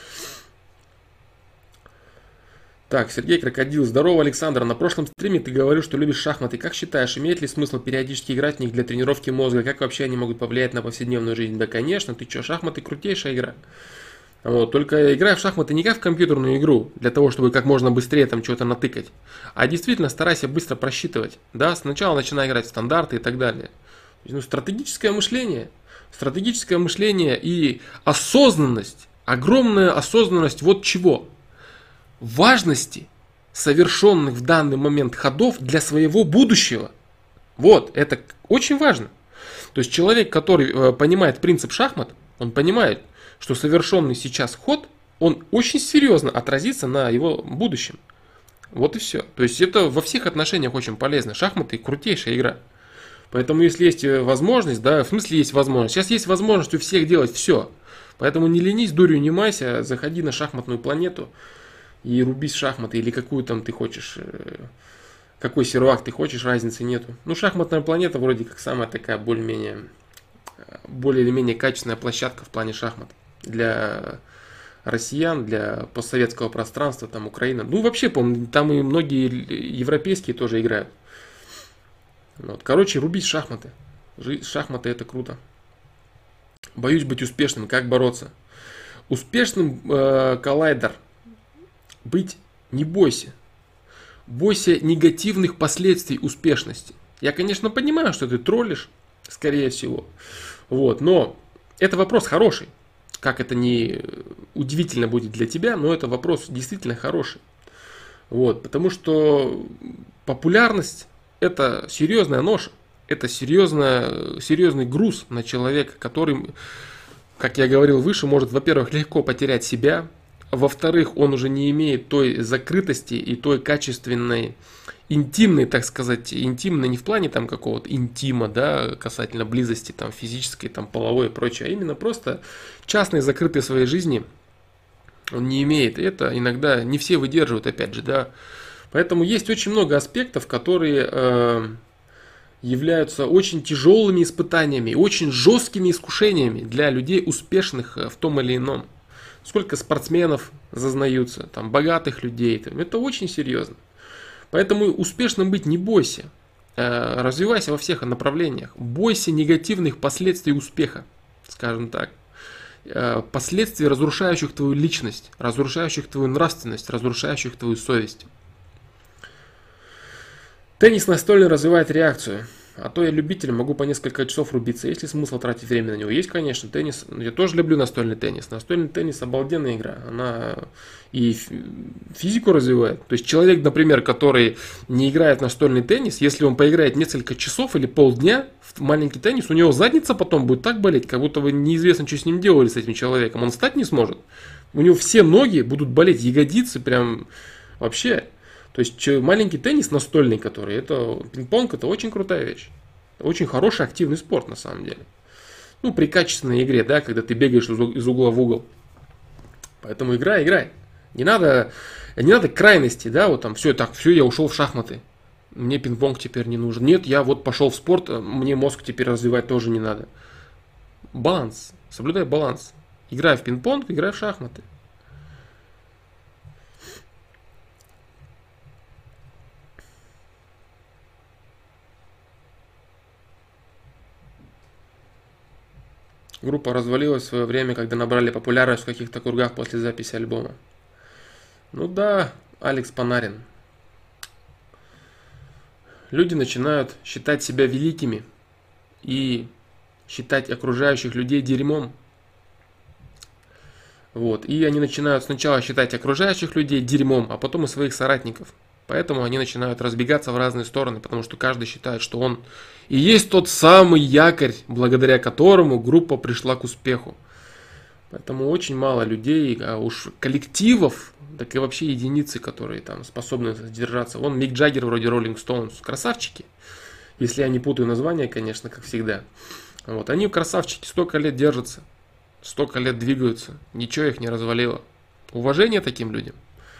Так, Сергей Крокодил. Здорово, Александр. На прошлом стриме ты говорил, что любишь шахматы. Как считаешь, имеет ли смысл периодически играть в них для тренировки мозга? Как вообще они могут повлиять на повседневную жизнь? Да, конечно. Ты что, шахматы крутейшая игра. Вот, только играй в шахматы не как в компьютерную игру, для того, чтобы как можно быстрее там что-то натыкать, а действительно старайся быстро просчитывать. Да, сначала начинай играть в стандарты и так далее. Ну, стратегическое мышление и осознанность, огромная осознанность вот чего. Важности совершенных в данный момент ходов для своего будущего. Вот, это очень важно. То есть человек, который понимает принцип шахмат, он понимает, что совершенный сейчас ход, он очень серьезно отразится на его будущем. Вот и все. То есть это во всех отношениях очень полезно. Шахматы крутейшая игра. Поэтому если есть возможность, да, в смысле есть возможность. Сейчас есть возможность у всех делать все. Поэтому не ленись, дурью не майся, заходи на шахматную планету и рубись в шахматы или какую там ты хочешь, какой сервак ты хочешь, разницы нету. Ну, шахматная планета вроде как самая такая более или менее качественная площадка в плане шахмат для россиян, для постсоветского пространства, там Украина. Ну, вообще, по-моему, там и многие европейские тоже играют. Вот. Короче, рубить шахматы. Шахматы это круто. Боюсь быть успешным. Как бороться? Успешным коллайдер быть не бойся. Бойся негативных последствий успешности. Я, конечно, понимаю, что ты троллишь, скорее всего. Вот, но это вопрос хороший. Как это не удивительно будет для тебя, но это вопрос действительно хороший. Вот, потому что популярность это серьезная ноша. Это серьезный груз на человека, который, как я говорил выше, может, во-первых, легко потерять себя. Во-вторых, он уже не имеет той закрытости и той качественной, интимной, так сказать, интимной не в плане там какого-то интима, да, касательно близости там физической, там половой и прочее, а именно просто частной, закрытой своей жизни он не имеет. И это иногда не все выдерживают, опять же, да. Поэтому есть очень много аспектов, которые являются очень тяжелыми испытаниями, очень жесткими искушениями для людей, успешных в том или ином. Сколько спортсменов зазнаются, там, богатых людей, там, это очень серьезно. Поэтому успешным быть не бойся, развивайся во всех направлениях, бойся негативных последствий успеха, скажем так. Последствий, разрушающих твою личность, разрушающих твою нравственность, разрушающих твою совесть. Теннис настольный развивает реакцию. А то я любитель, могу по несколько часов рубиться. Есть ли смысл тратить время на него? Есть, конечно. Теннис. Я тоже люблю настольный теннис. Настольный теннис обалденная игра. Она и физику развивает. То есть человек, например, который не играет в настольный теннис, если он поиграет несколько часов или полдня в маленький теннис, у него задница потом будет так болеть, как будто вы неизвестно, что с ним делали, с этим человеком. Он встать не сможет. У него все ноги будут болеть, ягодицы прям вообще. То есть маленький теннис настольный, который, это пинг-понг, это очень крутая вещь. Очень хороший активный спорт на самом деле. Ну, при качественной игре, да, когда ты бегаешь из угла в угол. Поэтому играй. Не надо крайности, да, вот там, все, я ушел в шахматы. Мне пинг-понг теперь не нужен. Нет, я вот пошел в спорт, мне мозг теперь развивать тоже не надо. Баланс, соблюдай баланс. Играй в пинг-понг, играй в шахматы. Группа развалилась в свое время, когда набрали популярность в каких-то кругах после записи альбома. Ну да, Алекс Панарин. Люди начинают считать себя великими и считать окружающих людей дерьмом. Вот. И они начинают сначала считать окружающих людей дерьмом, а потом и своих соратников. Поэтому они начинают разбегаться в разные стороны, потому что каждый считает, что он и есть тот самый якорь, благодаря которому группа пришла к успеху. Поэтому очень мало людей, а уж коллективов, так и вообще единицы, которые там способны держаться. Вон Мик Джаггер вроде Rolling Stones, красавчики. Если я не путаю название, конечно, как всегда. Вот, они красавчики, столько лет держатся, столько лет двигаются, ничего их не развалило. Уважение таким людям.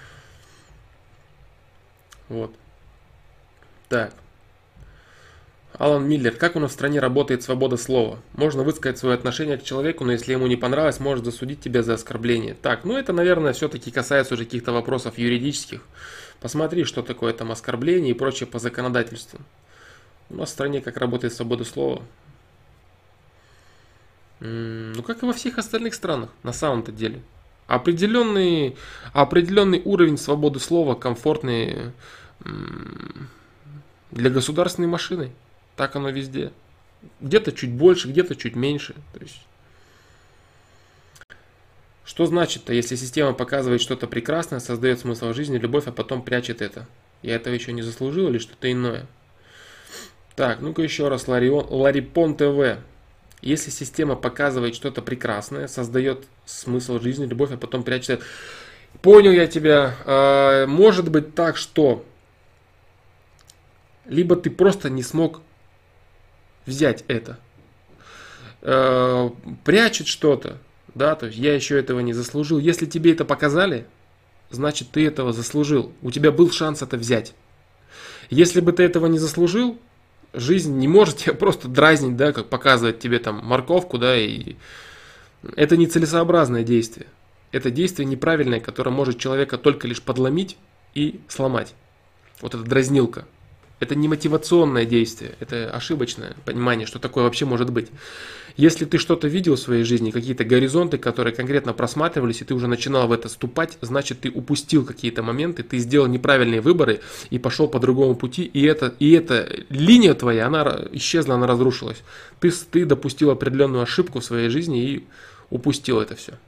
Вот. Так. Алан Миллер. Как у нас в стране работает свобода слова? Можно высказать свое отношение к человеку, но если ему не понравилось, может засудить тебя за оскорбление. Так, ну это, наверное, все-таки касается уже каких-то вопросов юридических. Посмотри, что такое там оскорбление и прочее по законодательству. У нас в стране как работает свобода слова? Ну, как и во всех остальных странах, на самом-то деле. определенный уровень свободы слова, комфортный для государственной машины. Так оно везде. Где-то чуть больше, где-то чуть меньше. То есть, что значит-то, если система показывает что-то прекрасное, создает смысл жизни, любовь, а потом прячет это? Я этого еще не заслужил или что-то иное? Так, ну-ка еще раз, Ларипон ТВ. Если система показывает что-то прекрасное, создает смысл жизни, любовь, а потом прячет это. Понял я тебя. Может быть так, что либо ты просто не смог взять это. Прячет что-то. Да, то есть я еще этого не заслужил. Если тебе это показали, значит ты этого заслужил. У тебя был шанс это взять. Если бы ты этого не заслужил, жизнь не может тебя просто дразнить, да, как показывать тебе там морковку, да, и это не целесообразное действие. Это действие неправильное, которое может человека только лишь подломить и сломать. Вот эта дразнилка. Это не мотивационное действие, это ошибочное понимание, что такое вообще может быть. Если ты что-то видел в своей жизни, какие-то горизонты, которые конкретно просматривались, и ты уже начинал в это ступать, значит ты упустил какие-то моменты, ты сделал неправильные выборы и пошел по другому пути, и эта линия твоя, она исчезла, она разрушилась. Ты допустил определенную ошибку в своей жизни и упустил это все.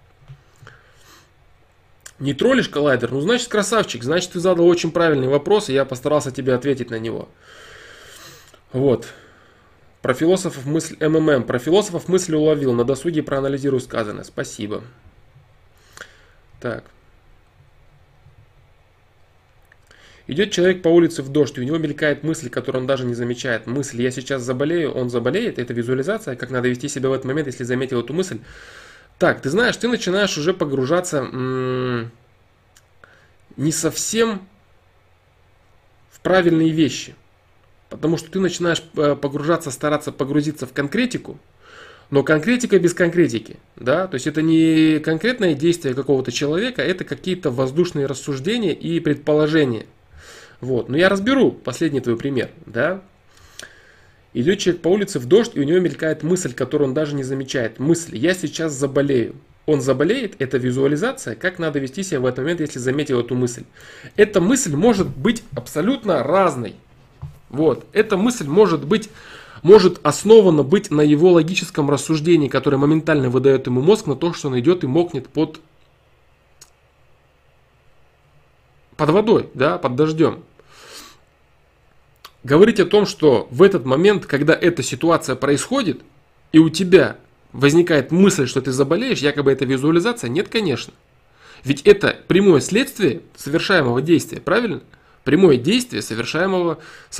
Не троллишь, коллайдер? Ну, значит, красавчик. Значит, ты задал очень правильный вопрос, и я постарался тебе ответить на него. Вот. Про философов мысль МММ. Про философов мысль уловил. На досуге проанализирую сказанное. Спасибо. Так. Идет человек по улице в дождь, и у него мелькает мысль, которую он даже не замечает. Мысль «я сейчас заболею», он заболеет. Это визуализация, как надо вести себя в этот момент, если заметил эту мысль. Так, ты знаешь, ты начинаешь уже погружаться не совсем в правильные вещи. Потому что ты начинаешь погружаться, стараться погрузиться в конкретику, но конкретика без конкретики. Да? То есть это не конкретное действие какого-то человека, это какие-то воздушные рассуждения и предположения. Вот. Но я разберу последний твой пример. Да? Идет человек по улице в дождь, и у него мелькает мысль, которую он даже не замечает. Мысль «я сейчас заболею». Он заболеет, это визуализация, как надо вести себя в этот момент, если заметил эту мысль. Эта мысль может быть абсолютно разной. Вот. Эта мысль может основана быть на его логическом рассуждении, которое моментально выдает ему мозг на то, что он идет и мокнет под водой, да, под дождем. Говорить о том, что в этот момент, когда эта ситуация происходит, и у тебя возникает мысль, что ты заболеешь, якобы это визуализация, нет, конечно. Ведь это прямое следствие совершаемого действия, правильно? Прямое действие совершаемого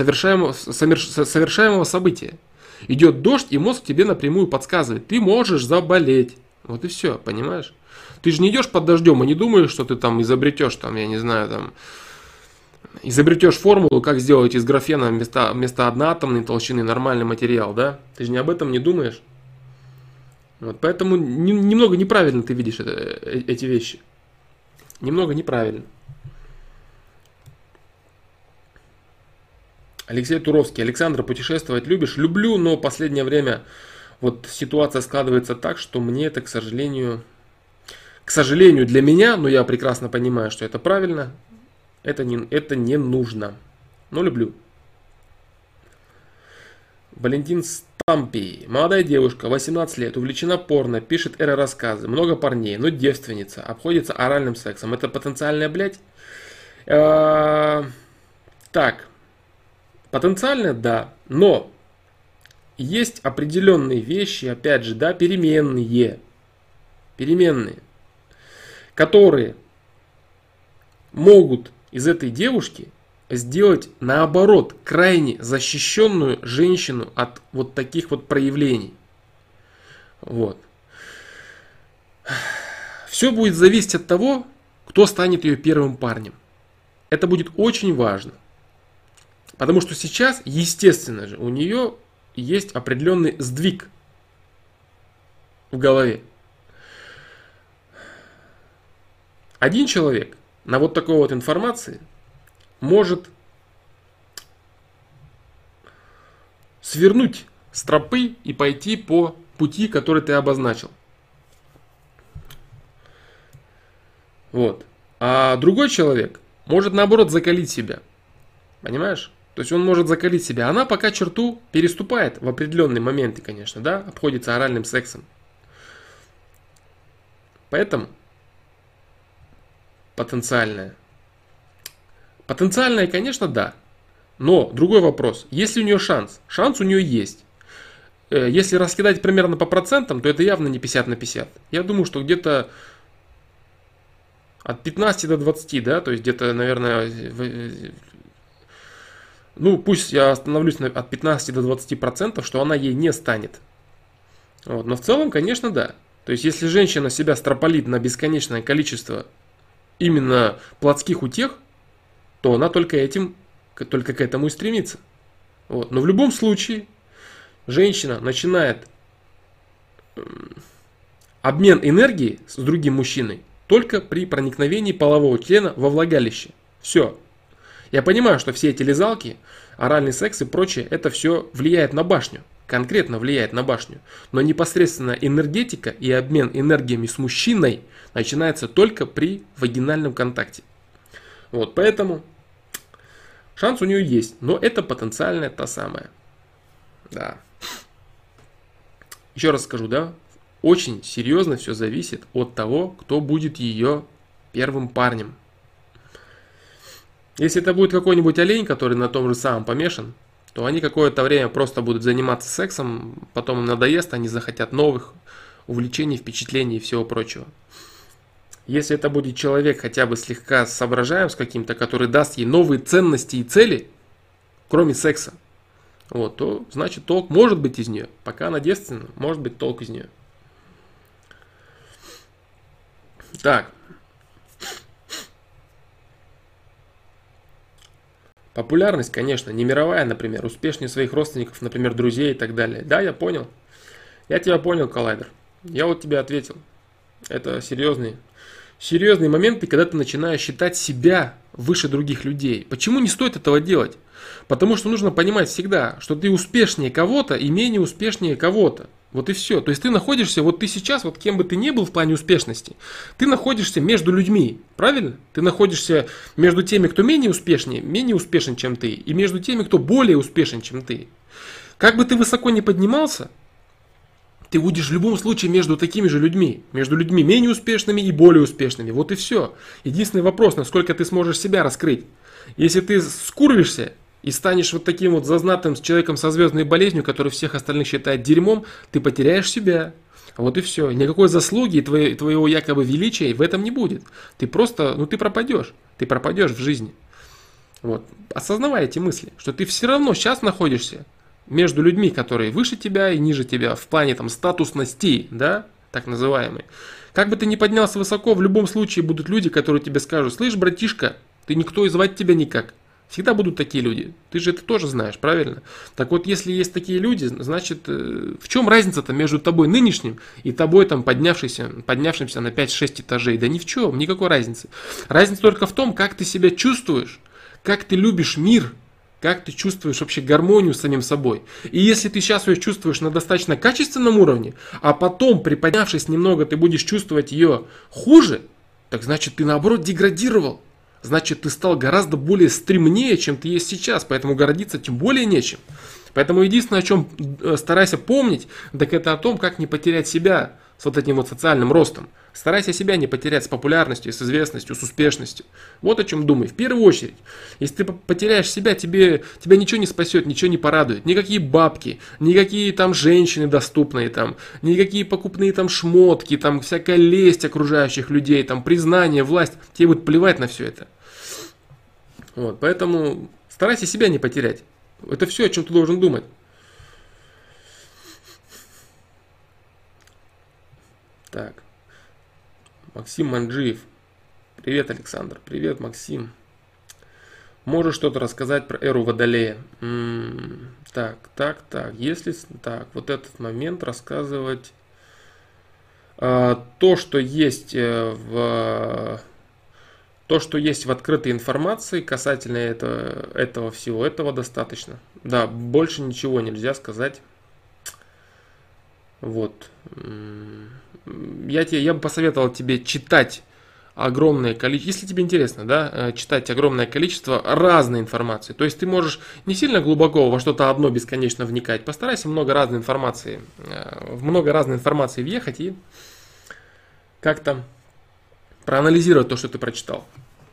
события. Идет дождь, и мозг тебе напрямую подсказывает, ты можешь заболеть. Вот и все, понимаешь? Ты же не идешь под дождем и не думаешь, что ты там изобретешь, там, я не знаю, там, изобретешь формулу, как сделать из графена вместо одноатомной толщины нормальный материал, да? Ты же не об этом не думаешь. Вот, поэтому немного неправильно ты видишь эти вещи. Немного неправильно. Алексей Туровский. Александр, путешествовать любишь? Люблю, но в последнее время вот ситуация складывается так, что мне это, к сожалению для меня, но я прекрасно понимаю, что это правильно, это не нужно. Но люблю. Валентин Стампий. Молодая девушка, 18 лет, увлечена порно, пишет эро-рассказы, много парней, но девственница, обходится оральным сексом. Это потенциальная блядь? Так. Потенциально, да, но есть определенные вещи, опять же, да, переменные, которые могут из этой девушки сделать, наоборот, крайне защищенную женщину от вот таких вот проявлений. Вот. Все будет зависеть от того, кто станет ее первым парнем. Это будет очень важно. Потому что сейчас, естественно же, у нее есть определенный сдвиг в голове. Один человек на вот такой вот информации может свернуть с тропы и пойти по пути, который ты обозначил. Вот. А другой человек может наоборот закалить себя. Понимаешь? То есть он может закалить себя. Она пока черту переступает в определенные моменты, конечно, да, обходится оральным сексом. Поэтому потенциальная. Потенциальная, конечно, да. Но другой вопрос. Есть ли у нее шанс? Шанс у нее есть. Если раскидать примерно по процентам, то это явно не 50 на 50. Я думаю, что где-то от 15 до 20, да, то есть где-то, наверное, ну пусть я остановлюсь от 15 до 20%, что она ей не станет. Вот. Но в целом, конечно, да. То есть если женщина себя строполит на бесконечное количество именно плотских утех, то она только к этому и стремится. Вот. Но в любом случае, женщина начинает обмен энергии с другим мужчиной только при проникновении полового члена во влагалище. Все. Я понимаю, что все эти лизалки, оральный секс и прочее, это все влияет на башню. Конкретно влияет на башню. Но непосредственно энергетика и обмен энергиями с мужчиной начинается только при вагинальном контакте. Вот, поэтому шанс у нее есть, но это потенциальная та самая. Да. Еще раз скажу, да, очень серьезно все зависит от того, кто будет ее первым парнем. Если это будет какой-нибудь олень, который на том же самом помешан, то они какое-то время просто будут заниматься сексом, потом им надоест, они захотят новых увлечений, впечатлений и всего прочего. Если это будет человек хотя бы слегка соображаем с каким-то, который даст ей новые ценности и цели, кроме секса, вот, то значит толк может быть из нее. Пока она девственна, может быть толк из нее. Так. Популярность, конечно, не мировая, например, успешнее своих родственников, например, друзей и так далее. Да, я понял. Я тебя понял, коллайдер. Я вот тебе ответил. Это серьезные моменты, когда ты начинаешь считать себя выше других людей. Почему не стоит этого делать? Потому что нужно понимать всегда, что ты успешнее кого-то и менее успешнее кого-то. Вот и все. То есть ты находишься, вот ты сейчас, вот кем бы ты ни был в плане успешности, ты находишься между людьми, правильно? Ты находишься между теми, кто менее успешен, чем ты, и между теми, кто более успешен, чем ты. Как бы ты высоко ни поднимался, ты будешь в любом случае между такими же людьми. Между людьми менее успешными и более успешными. Вот и все. Единственный вопрос, насколько ты сможешь себя раскрыть. Если ты скурвишься и станешь вот таким вот зазнатым человеком со звездной болезнью, который всех остальных считает дерьмом, ты потеряешь себя. Вот и все. Никакой заслуги твоего якобы величия в этом не будет. Ты просто, ты пропадешь. Ты пропадешь в жизни. Вот. Осознавай эти мысли, что ты все равно сейчас находишься между людьми, которые выше тебя и ниже тебя в плане там статусности, да, так называемый. Как бы ты ни поднялся высоко, в любом случае будут люди, которые тебе скажут: слышь, братишка, ты никто и звать тебя никак. Всегда будут такие люди. Ты же это тоже знаешь, правильно? Так вот, если есть такие люди, значит, в чем разница-то между тобой нынешним и тобой там поднявшимся на 5-6 этажей? Да ни в чем, никакой разницы. Разница только в том, как ты себя чувствуешь, как ты любишь мир, как ты чувствуешь вообще гармонию с самим собой. И если ты сейчас ее чувствуешь на достаточно качественном уровне, а потом, приподнявшись немного, ты будешь чувствовать ее хуже, так значит, ты наоборот деградировал. Значит, ты стал гораздо более стремнее, чем ты есть сейчас, поэтому гордиться тем более нечем. Поэтому единственное, о чем старайся помнить, так это о том, как не потерять себя с вот этим вот социальным ростом. Старайся себя не потерять с популярностью, с известностью, с успешностью. Вот о чем думай. В первую очередь, если ты потеряешь себя, тебя ничего не спасет, ничего не порадует. Никакие бабки, никакие там женщины доступные, там, никакие покупные там шмотки, там всякая лесть окружающих людей, там признание, власть. Тебе будет плевать на все это. Вот, поэтому старайся себя не потерять. Это все, о чем ты должен думать. Так. Максим Манджиев. Привет, Александр. Привет, Максим. Можешь что-то рассказать про эру Водолея? Так. Вот этот момент рассказывать. То, что есть в открытой информации касательно этого всего, этого достаточно. Да, больше ничего нельзя сказать. Вот. Я бы посоветовал тебе читать огромное количество, если тебе интересно, да, читать огромное количество разной информации. То есть ты можешь не сильно глубоко во что-то одно бесконечно вникать. Постарайся в много разной информации въехать и как-то проанализировать то, что ты прочитал.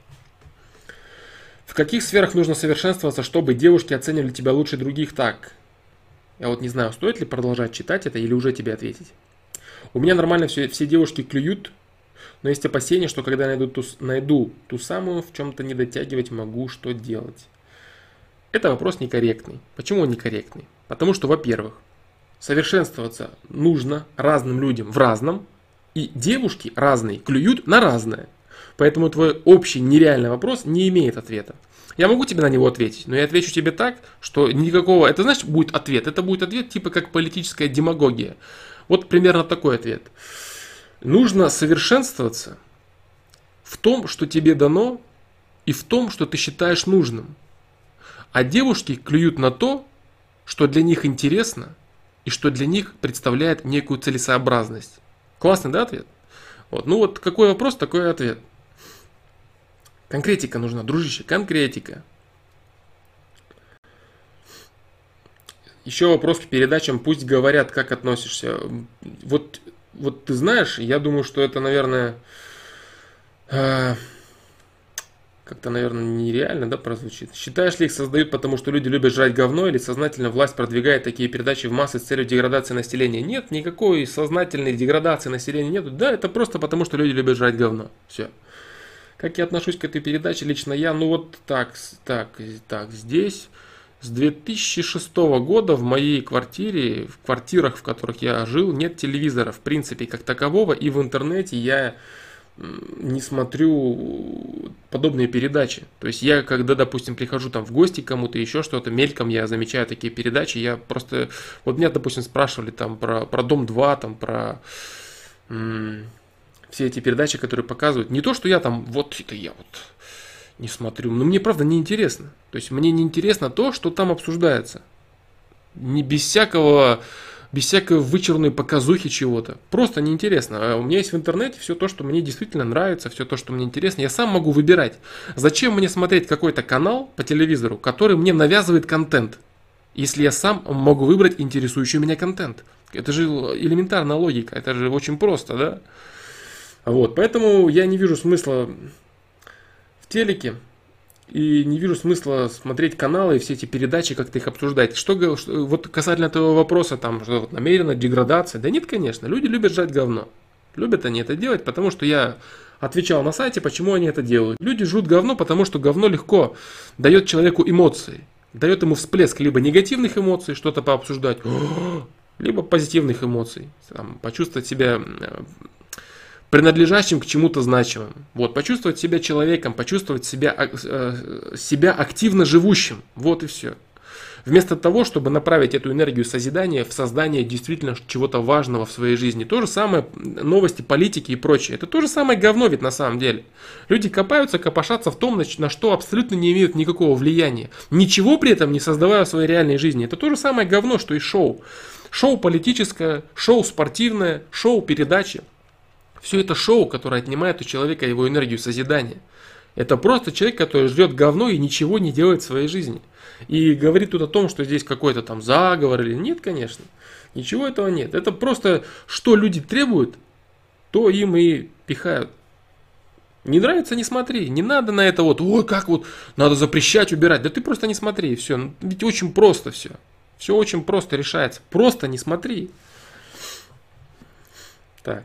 В каких сферах нужно совершенствоваться, чтобы девушки оценивали тебя лучше других? Так, я вот не знаю, стоит ли продолжать читать это или уже тебе ответить. У меня нормально все девушки клюют, но есть опасения, что когда найду ту самую, в чем-то не дотягивать могу, что делать. Это вопрос некорректный. Почему он некорректный? Потому что, во-первых, совершенствоваться нужно разным людям в разном, и девушки разные клюют на разное. Поэтому твой общий нереальный вопрос не имеет ответа. Я могу тебе на него ответить, но я отвечу тебе так, что никакого... Это, знаешь, будет ответ. Это будет ответ типа как политическая демагогия. Вот примерно такой ответ. Нужно совершенствоваться в том, что тебе дано, и в том, что ты считаешь нужным. А девушки клюют на то, что для них интересно, и что для них представляет некую целесообразность. Классный, да, ответ? Вот. Ну вот какой вопрос, такой ответ. Конкретика нужна, дружище, конкретика. Еще вопрос к передачам. Пусть говорят, как относишься. Вот ты знаешь, я думаю, что это, наверное, как-то, наверное, нереально, да, прозвучит. Считаешь ли их создают, потому что люди любят жрать говно, или сознательно власть продвигает такие передачи в массы с целью деградации населения? Нет, никакой сознательной деградации населения нету. Да, это просто потому, что люди любят жрать говно. Все. Как я отношусь к этой передаче лично я? Ну вот так, здесь с 2006 года в моей квартире, в квартирах, в которых я жил, нет телевизора в принципе как такового, и в интернете я не смотрю подобные передачи. То есть я, когда, допустим, прихожу там в гости к кому-то, еще что-то, мельком я замечаю такие передачи, я просто... Вот меня, допустим, спрашивали там про Дом-2, там про... все эти передачи, которые показывают. Не то, что я там, вот это я вот не смотрю, но мне правда не интересно. То есть мне не интересно то, что там обсуждается. Не без всякой вычурной показухи чего-то. Просто неинтересно. А у меня есть в интернете все то, что мне действительно нравится, все то, что мне интересно. Я сам могу выбирать. Зачем мне смотреть какой-то канал по телевизору, который мне навязывает контент, если я сам могу выбрать интересующий меня контент? Это же элементарная логика. Это же очень просто, да? Вот, поэтому я не вижу смысла в телеке и не вижу смысла смотреть каналы и все эти передачи, как-то их обсуждать. Вот касательно этого вопроса, там, что намеренно деградация, да нет, конечно, люди любят жрать говно. Любят они это делать, потому что я отвечал на сайте, почему они это делают. Люди жрут говно, потому что говно легко дает человеку эмоции, дает ему всплеск либо негативных эмоций, что-то пообсуждать, либо позитивных эмоций, там, почувствовать себя принадлежащим к чему-то значимым. Вот, почувствовать себя человеком, почувствовать себя активно живущим. Вот и все. Вместо того, чтобы направить эту энергию созидания в создание действительно чего-то важного в своей жизни. То же самое новости, политики и прочее. Это то же самое говно ведь на самом деле. Люди копошатся в том, на что абсолютно не имеют никакого влияния. Ничего при этом не создавая в своей реальной жизни. Это то же самое говно, что и шоу. Шоу политическое, шоу спортивное, шоу передачи. Все это шоу, которое отнимает у человека его энергию созидания. Это просто человек, который жрет говно и ничего не делает в своей жизни. И говорит тут о том, что здесь какой-то там заговор или нет, конечно. Ничего этого нет. Это просто, что люди требуют, то им и пихают. Не нравится, не смотри. Не надо на это вот, ой, как вот, надо запрещать, убирать. Да ты просто не смотри, все. Ведь очень просто все. Все очень просто решается. Просто не смотри. Так.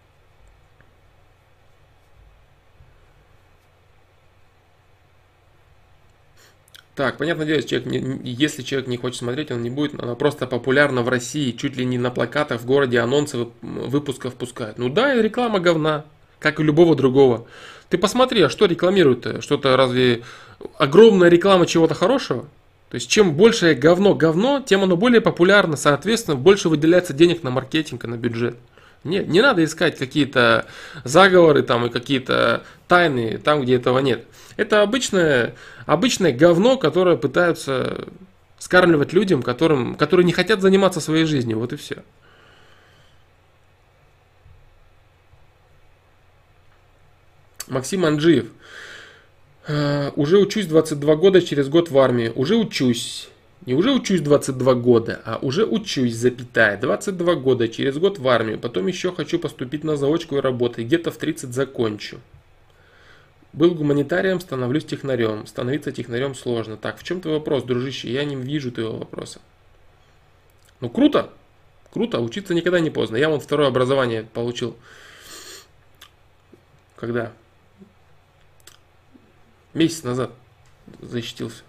Так, понятное дело, если человек не хочет смотреть, он не будет, она просто популярна в России, чуть ли не на плакатах в городе анонсы выпусков пускают. Ну да, и реклама говна, как и любого другого. Ты посмотри, а что рекламируют-то? Что-то разве огромная реклама чего-то хорошего? То есть чем больше говно, тем оно более популярно, соответственно, больше выделяется денег на маркетинг и на бюджет. Нет, не надо искать какие-то заговоры там и какие-то тайны там, где этого нет. Это обычное говно, которое пытаются скармливать людям, которые не хотят заниматься своей жизнью. Вот и все. Максим Анджиев. Уже учусь 22 года, через год в армии. Уже учусь. Не уже учусь 22 года, а уже учусь, запятая. 22 года, через год в армию. Потом еще хочу поступить на заочку и работать. Где-то в 30 закончу. Был гуманитарием, становлюсь технарем. Становиться технарем сложно. Так, в чем твой вопрос, дружище? Я не вижу твоего вопроса. Ну, круто. Круто. Учиться никогда не поздно. Я вот второе образование получил. Когда? Месяц назад защитился.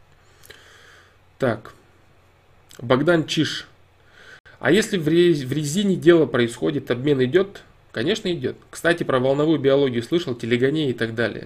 Так. Богдан Чиш. А если в резине дело происходит, обмен идет? Конечно, идет. Кстати, про волновую биологию слышал, телегония и так далее.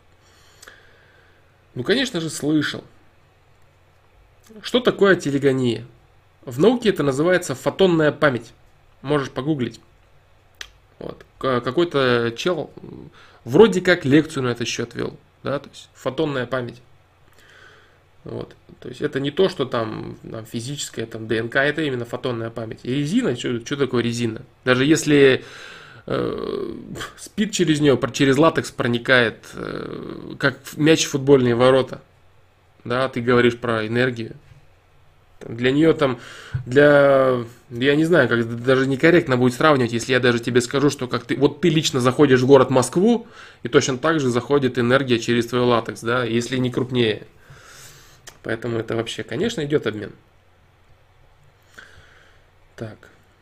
Ну, конечно же, слышал. Что такое телегония? В науке это называется фотонная память. Можешь погуглить. Вот. Какой-то чел вроде как лекцию на этот счет вел. Да? То есть фотонная память. Вот. То есть это не то, что там физическая там, ДНК, это именно фотонная память. И резина, что такое резина? Даже если спид через нее, через латекс проникает, как мяч в футбольные ворота. Да, ты говоришь про энергию. Для нее там, я не знаю, как даже некорректно будет сравнивать, если я даже тебе скажу, что как ты, вот ты лично заходишь в город Москву, и точно так же заходит энергия через твой латекс, да, если не крупнее. Поэтому это вообще, конечно, идет обмен. Так.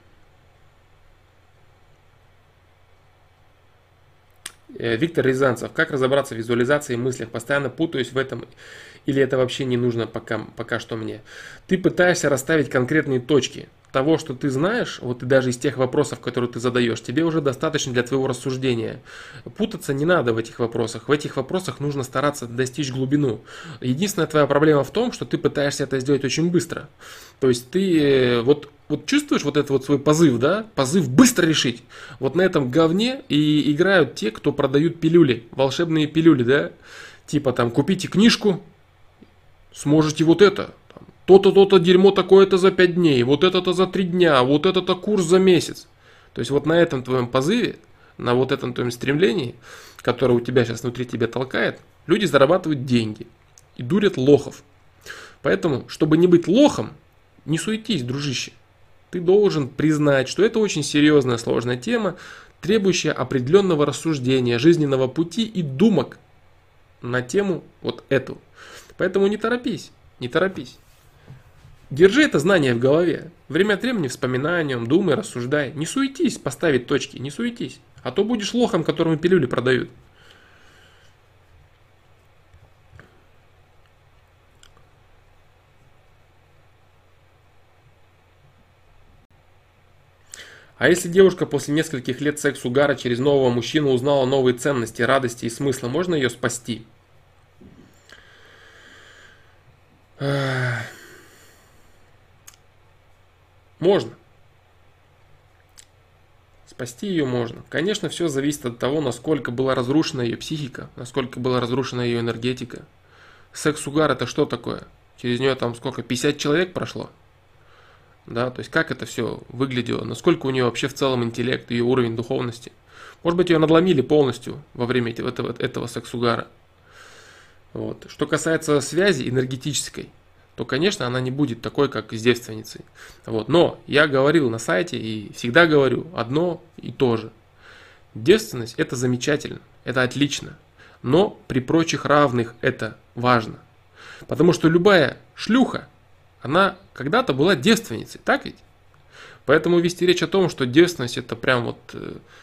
Виктор Рязанцев. Как разобраться в визуализации и мыслях? Постоянно путаюсь в этом. Или это вообще не нужно пока что мне? Ты пытаешься расставить конкретные точки того, что ты знаешь, вот и даже из тех вопросов, которые ты задаешь, тебе уже достаточно для твоего рассуждения. Путаться не надо в этих вопросах. В этих вопросах нужно стараться достичь глубину. Единственная твоя проблема в том, что ты пытаешься это сделать очень быстро. То есть ты вот чувствуешь вот этот вот свой позыв, да? Позыв быстро решить. Вот на этом говне и играют те, кто продают пилюли, волшебные пилюли, да? Типа там купите книжку, сможете вот это. То-то, то-то дерьмо такое-то за 5 дней, вот это-то за 3 дня, вот это-то курс за месяц. То есть вот на этом твоем позыве, на вот этом твоем стремлении, которое у тебя сейчас внутри тебя толкает, люди зарабатывают деньги и дурят лохов. Поэтому, чтобы не быть лохом, не суетись, дружище. Ты должен признать, что это очень серьезная, сложная тема, требующая определенного рассуждения, жизненного пути и думок на тему вот эту. Поэтому не торопись, не торопись. Держи это знание в голове. Время от времени вспоминай о нем, думай, рассуждай. Не суетись поставить точки, не суетись. А то будешь лохом, которому пилюли продают. А если девушка после нескольких лет секс-угара через нового мужчину узнала новые ценности, радости и смысла, можно ее спасти? Можно. Спасти ее можно. Конечно, все зависит от того, насколько была разрушена ее психика, насколько была разрушена ее энергетика. Секс-угар это что такое? Через нее там сколько, 50 человек прошло? Да, то есть как это все выглядело? Насколько у нее вообще в целом интеллект, ее уровень духовности? Может быть, ее надломили полностью во время этого секс-угара. Вот. Что касается связи энергетической, то, конечно, она не будет такой, как с девственницей. Вот. Но я говорил на сайте и всегда говорю одно и то же. Девственность – это замечательно, это отлично. Но при прочих равных это важно. Потому что любая шлюха, она когда-то была девственницей, так ведь? Поэтому вести речь о том, что девственность это прям вот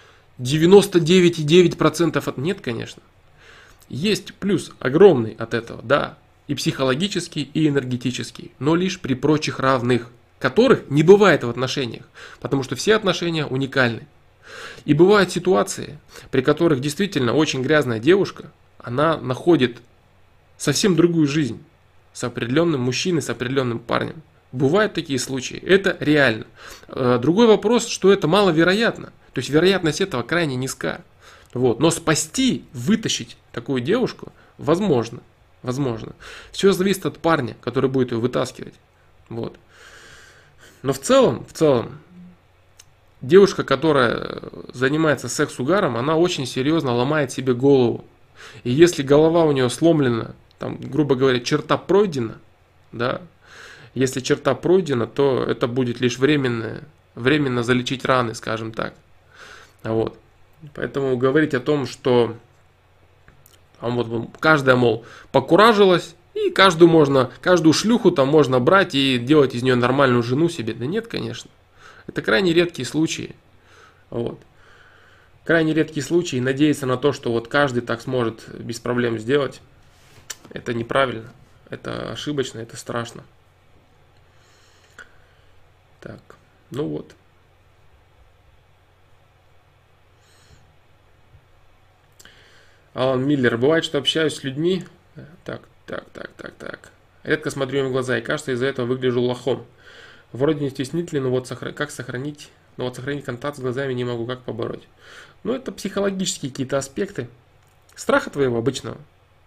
99,9% от... Нет, конечно. Есть плюс огромный от этого, да. И психологический, и энергетический, но лишь при прочих равных, которых не бывает в отношениях, потому что все отношения уникальны. И бывают ситуации, при которых действительно очень грязная девушка, она находит совсем другую жизнь с определенным мужчиной, с определенным парнем. Бывают такие случаи, это реально. Другой вопрос, что это маловероятно, то есть вероятность этого крайне низка. Вот. Но спасти, вытащить такую девушку возможно. Возможно. Все зависит от парня, который будет ее вытаскивать. Вот. Но в целом, девушка, которая занимается секс-угаром, она очень серьезно ломает себе голову. И если голова у нее сломлена, там, грубо говоря, черта пройдена, да, если черта пройдена, то это будет лишь временно залечить раны, скажем так. Вот. Поэтому говорить о том, что вот, каждая, мол, покуражилась, и каждую шлюху там можно брать и делать из нее нормальную жену себе. Да нет, конечно. Это крайне редкие случаи. Вот. Крайне редкие случаи. И надеяться на то, что вот каждый так сможет без проблем сделать, это неправильно. Это ошибочно, это страшно. Так, ну вот. Алан Миллер. Бывает, что общаюсь с людьми. Так. Редко смотрю им в глаза и кажется, из-за этого выгляжу лохом. Вроде не стеснительный, но вот как сохранить? Но вот сохранить контакт с глазами не могу, как побороть? Ну, это психологические какие-то аспекты. Страха твоего обычного.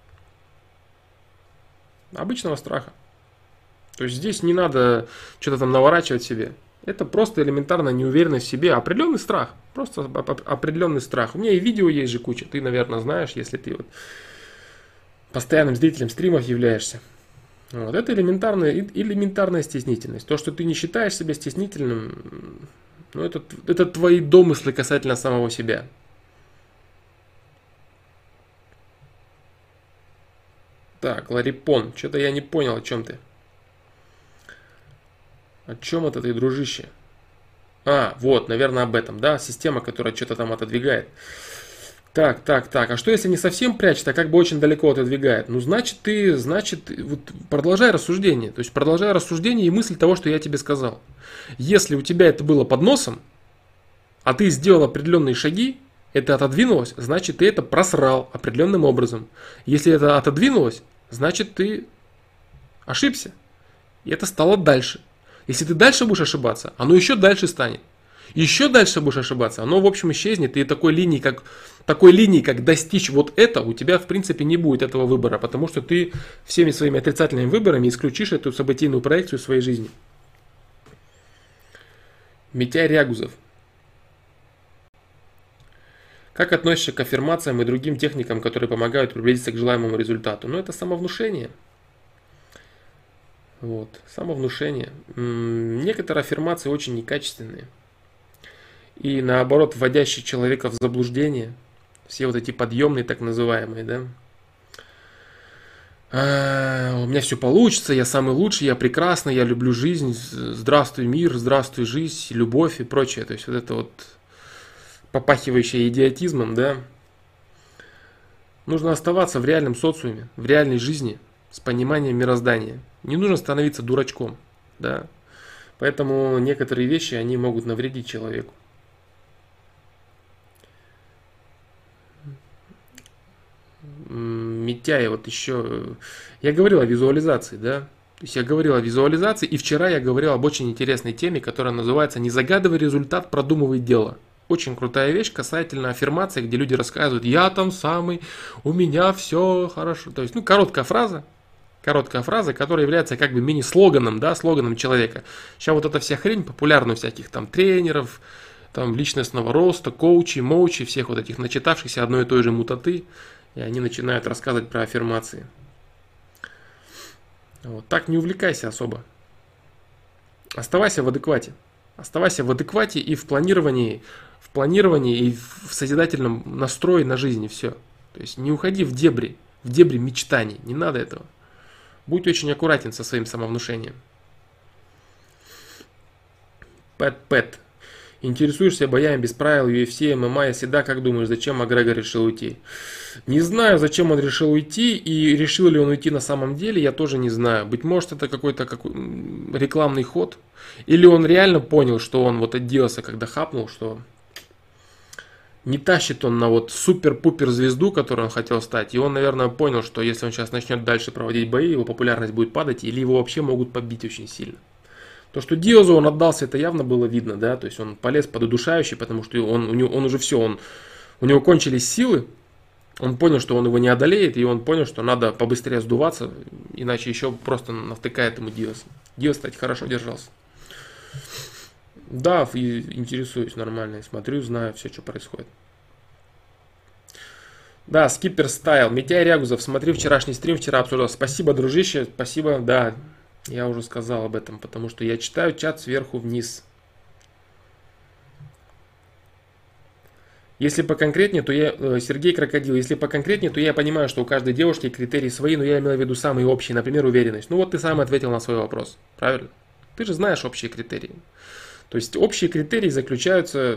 Обычного страха. То есть здесь не надо что-то там наворачивать себе. Это просто элементарная неуверенность в себе. Определенный страх. Просто определенный страх. У меня и видео есть же куча. Ты, наверное, знаешь, если ты вот постоянным зрителем стримов являешься. Вот. Это элементарная стеснительность. То, что ты не считаешь себя стеснительным, ну, это твои домыслы касательно самого себя. Так, Ларипон, что-то я не понял, о чем ты. О чем это ты, дружище? Вот, наверное, об этом, да? Система, которая что-то там отодвигает. Так. А что если не совсем прячет, а как бы очень далеко отодвигает? Ну, значит, вот продолжай рассуждение. То есть, продолжай рассуждение и мысль того, что я тебе сказал. Если у тебя это было под носом, а ты сделал определенные шаги, это отодвинулось, значит, ты это просрал определенным образом. Если это отодвинулось, значит, ты ошибся. И это стало дальше. Если ты дальше будешь ошибаться, оно еще дальше станет. Еще дальше будешь ошибаться, оно в общем исчезнет, и такой линии, как достичь вот это, у тебя в принципе не будет этого выбора, потому что ты всеми своими отрицательными выборами исключишь эту событийную проекцию в своей жизни. Митяй Рягузов. Как относишься к аффирмациям и другим техникам, которые помогают приблизиться к желаемому результату? Ну, это самовнушение. Вот, самовнушение. Некоторые аффирмации очень некачественные. И наоборот, вводящие человека в заблуждение. Все вот эти подъемные, так называемые, да. У меня все получится, я самый лучший, я прекрасный, я люблю жизнь, здравствуй мир, здравствуй жизнь, любовь и прочее. То есть вот это вот попахивающее идиотизмом, да. Нужно оставаться в реальном социуме, в реальной жизни, с пониманием мироздания. Не нужно становиться дурачком, да. Поэтому некоторые вещи, они могут навредить человеку. Митяй, вот еще... Я говорил о визуализации, да. То есть я говорил о визуализации, и вчера я говорил об очень интересной теме, которая называется «Не загадывай результат, продумывай дело». Очень крутая вещь касательно аффирмации, где люди рассказывают «Я там самый, у меня все хорошо». То есть, короткая фраза, которая является как бы мини-слоганом, да, слоганом человека. Сейчас вот эта вся хрень популярна у всяких там тренеров, там личностного роста, коучей, моучей, всех вот этих начитавшихся одной и той же мутаты, и они начинают рассказывать про аффирмации. Вот. Так не увлекайся особо. Оставайся в адеквате. Оставайся в адеквате и в планировании и в созидательном настрое на жизнь, и все. То есть не уходи в дебри мечтаний, не надо этого. Будь очень аккуратен со своим самовнушением. Пэт. Интересуешься боями без правил UFC, ММА, если да, как думаешь, зачем Макгрегор решил уйти? Не знаю, зачем он решил уйти, и решил ли он уйти на самом деле, я тоже не знаю. Быть может, это какой-то рекламный ход, или он реально понял, что он вот оделся, когда хапнул, что не тащит он на вот супер-пупер звезду, которую он хотел стать, и он, наверное, понял, что если он сейчас начнет дальше проводить бои, его популярность будет падать, или его вообще могут побить очень сильно. То, что Диозу он отдался, это явно было видно, да, то есть он полез под удушающий, потому что он уже все, у него кончились силы, он понял, что он его не одолеет, и он понял, что надо побыстрее сдуваться, иначе еще просто навтыкает ему Диос. Диос, кстати, хорошо держался. Да, интересуюсь нормально, смотрю, знаю все, что происходит. Да, Скипер Стайл. Митяй Рягузов, смотри вчерашний стрим, вчера обсуждал. Спасибо, дружище, спасибо, да, я уже сказал об этом, потому что я читаю чат сверху вниз. Если поконкретнее, то я, Сергей Крокодил, если поконкретнее, то я понимаю, что у каждой девушки критерии свои, но я имел в виду самые общие, например, уверенность. Ну вот ты сам ответил на свой вопрос, правильно? Ты же знаешь общие критерии. То есть общие критерии заключаются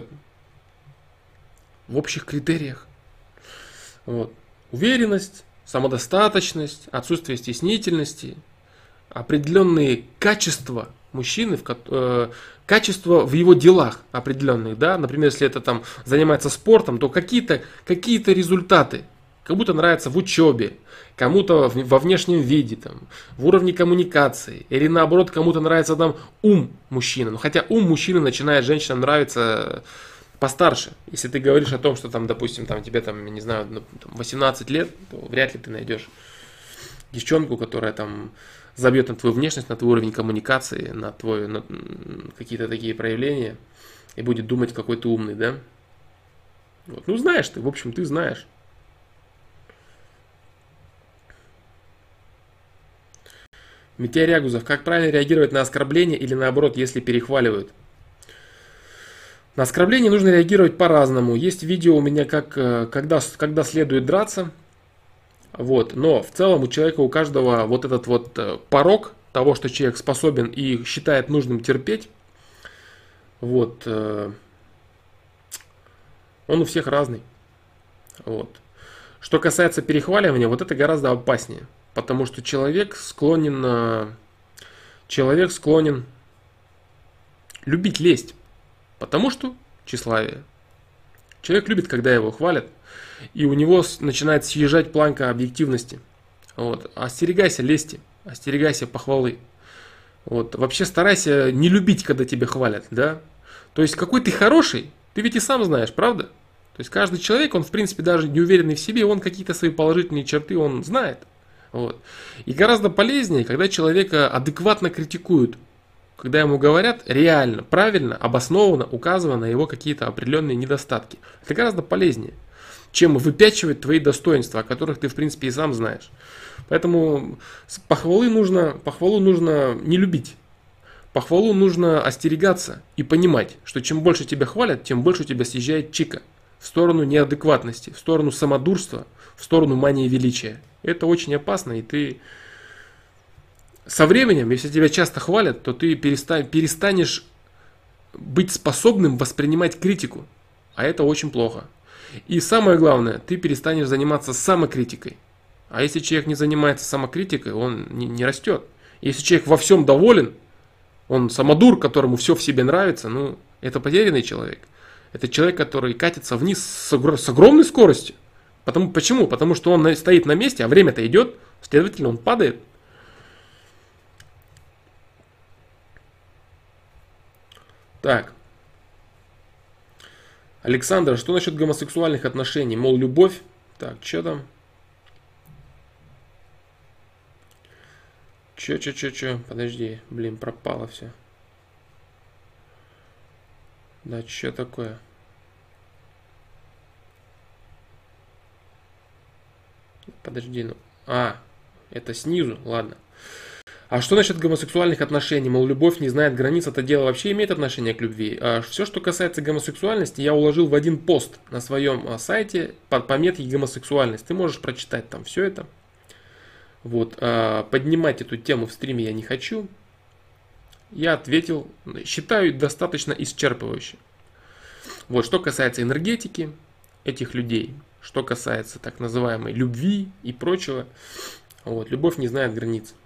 в общих критериях. Вот. Уверенность, самодостаточность, отсутствие стеснительности, определенные качества мужчины, качества в его делах определенных, да, например, если это там занимается спортом, то какие-то результаты, кому-то нравится в учебе, кому-то во внешнем виде, там, в уровне коммуникации, или наоборот, кому-то нравится там ум мужчины, но хотя ум мужчины начинает женщинам нравиться постарше. Если ты говоришь о том, что там, допустим, там тебе там, не знаю, 18 лет, то вряд ли ты найдешь девчонку, которая там забьет на твою внешность, на твой уровень коммуникации, на какие-то такие проявления и будет думать, какой ты умный, да? Вот. Ну, знаешь ты, в общем, ты знаешь. Митяй Рягузов, как правильно реагировать на оскорбление или наоборот, если перехваливают? На оскорбление нужно реагировать по-разному. Есть видео у меня, когда следует драться. Вот. Но в целом у человека, у каждого вот этот вот порог того, что человек способен и считает нужным терпеть, вот, он у всех разный. Вот. Что касается перехваливания, вот это гораздо опаснее. Потому что человек склонен любить лесть. Потому что тщеславие. Человек любит, когда его хвалят, и у него начинает съезжать планка объективности. Вот. Остерегайся лести, остерегайся похвалы. Вот. Вообще старайся не любить, когда тебя хвалят. Да? То есть какой ты хороший, ты ведь и сам знаешь, правда? То есть каждый человек, он в принципе даже не уверенный в себе, он какие-то свои положительные черты, он знает. Вот. И гораздо полезнее, когда человека адекватно критикуют. Когда ему говорят реально, правильно, обоснованно, указывая на его какие-то определенные недостатки. Это гораздо полезнее, чем выпячивать твои достоинства, о которых ты в принципе и сам знаешь. Поэтому похвалу нужно не любить. Похвалу нужно остерегаться и понимать, что чем больше тебя хвалят, тем больше у тебя съезжает чика в сторону неадекватности, в сторону самодурства, в сторону мании величия. Это очень опасно, и ты со временем, если тебя часто хвалят, то ты перестанешь быть способным воспринимать критику, а это очень плохо. И самое главное, ты перестанешь заниматься самокритикой. А если человек не занимается самокритикой, он не растет. Если человек во всем доволен, он самодур, которому все в себе нравится, ну, это потерянный человек. Это человек, который катится вниз с огромной скоростью. Почему? Потому что он стоит на месте, а время-то идет, следовательно, он падает. Так. Александр, что насчет гомосексуальных отношений? Мол, любовь. Так, что там? Че? Подожди, блин, пропало все. Да, что такое? Подожди, ну. Это снизу, ладно. А что насчет гомосексуальных отношений? Мол, любовь не знает границ, это дело вообще имеет отношение к любви? Все, что касается гомосексуальности, я уложил в один пост на своем сайте под пометки гомосексуальность. Ты можешь прочитать там все это. Вот. Поднимать эту тему в стриме я не хочу. Я ответил, считаю, достаточно исчерпывающе. Вот. Что касается энергетики этих людей, что касается так называемой любви и прочего, вот, любовь не знает границ.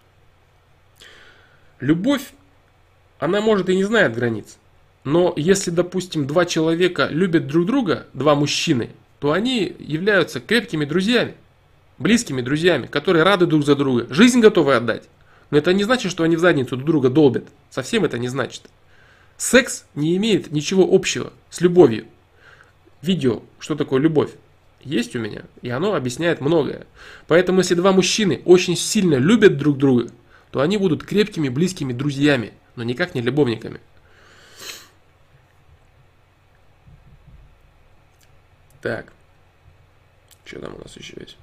Любовь, она может и не знает границ. Но если, допустим, два человека любят друг друга, два мужчины, то они являются крепкими друзьями, близкими друзьями, которые рады друг за друга, жизнь готовы отдать. Но это не значит, что они в задницу друг друга долбят. Совсем это не значит. Секс не имеет ничего общего с любовью. Видео, что такое любовь, есть у меня, и оно объясняет многое. Поэтому, если два мужчины очень сильно любят друг друга, то они будут крепкими, близкими друзьями, но никак не любовниками. Так, что там у нас еще есть?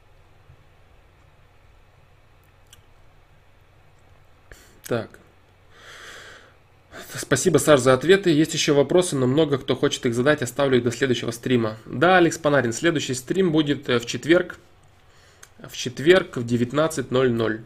Так. Спасибо, Саш, за ответы. Есть еще вопросы, но много кто хочет их задать. Оставлю их до следующего стрима. Да, Алекс Панарин, следующий стрим будет в четверг. В 19:00.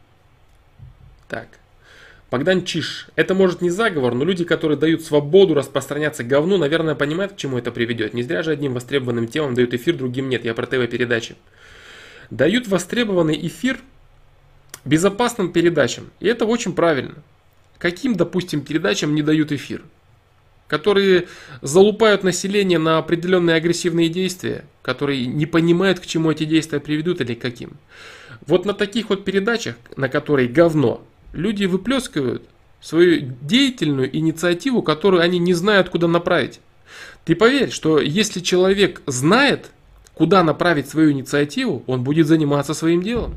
Так. Богдан Чиш. Это может не заговор, но люди, которые дают свободу распространяться говну, наверное, понимают, к чему это приведет. Не зря же одним востребованным темам дают эфир, другим нет. Я про ТВ-передачи. Дают востребованный эфир безопасным передачам. И это очень правильно. Каким, допустим, передачам не дают эфир? Которые залупают население на определенные агрессивные действия, которые не понимают, к чему эти действия приведут или каким. Вот на таких вот передачах, на которые говно, люди выплескивают свою деятельную инициативу, которую они не знают, куда направить. Ты поверь, что если человек знает, куда направить свою инициативу, он будет заниматься своим делом.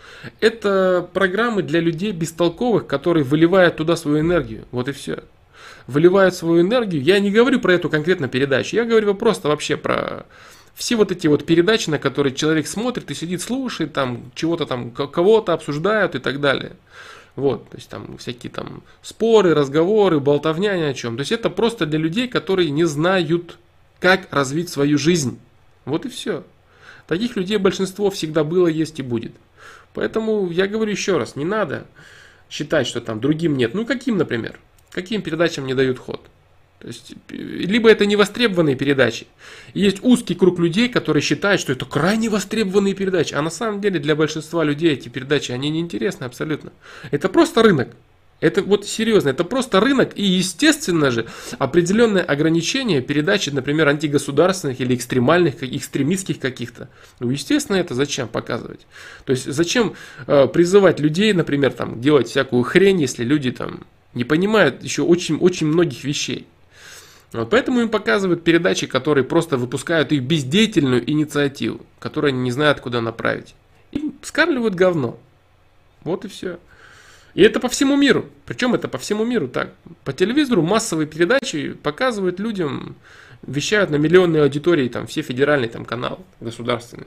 Это программы для людей бестолковых, которые выливают туда свою энергию. Вот и все. Выливают свою энергию. Я не говорю про эту конкретно передачу. Я говорю просто вообще про все вот эти вот передачи, на которые человек смотрит и сидит, слушает, там чего-то там, кого-то обсуждают и так далее. Вот, то есть там всякие там споры, разговоры, болтовня ни о чем. То есть это просто для людей, которые не знают, как развить свою жизнь. Вот и все. Таких людей большинство всегда было, есть и будет. Поэтому я говорю еще раз, не надо считать, что там другим нет. Ну каким, например? Каким передачам не дают ход? То есть, либо это невостребованные передачи. И есть узкий круг людей, которые считают, что это крайне востребованные передачи. А на самом деле для большинства людей эти передачи, они неинтересны абсолютно. Это просто рынок. Это вот серьезно, это просто рынок и, естественно же, определенное ограничение передачи, например, антигосударственных или экстремальных, экстремистских каких-то. Ну, естественно, это зачем показывать? То есть, зачем призывать людей, например, там, делать всякую хрень, если люди там не понимают еще очень многих вещей. Вот поэтому им показывают передачи, которые просто выпускают их бездеятельную инициативу, которую они не знают, куда направить. И скармливают говно. Вот и все. И это по всему миру. Причем это по всему миру так. По телевизору массовые передачи показывают людям, вещают на миллионные аудитории, там все федеральные там каналы государственные.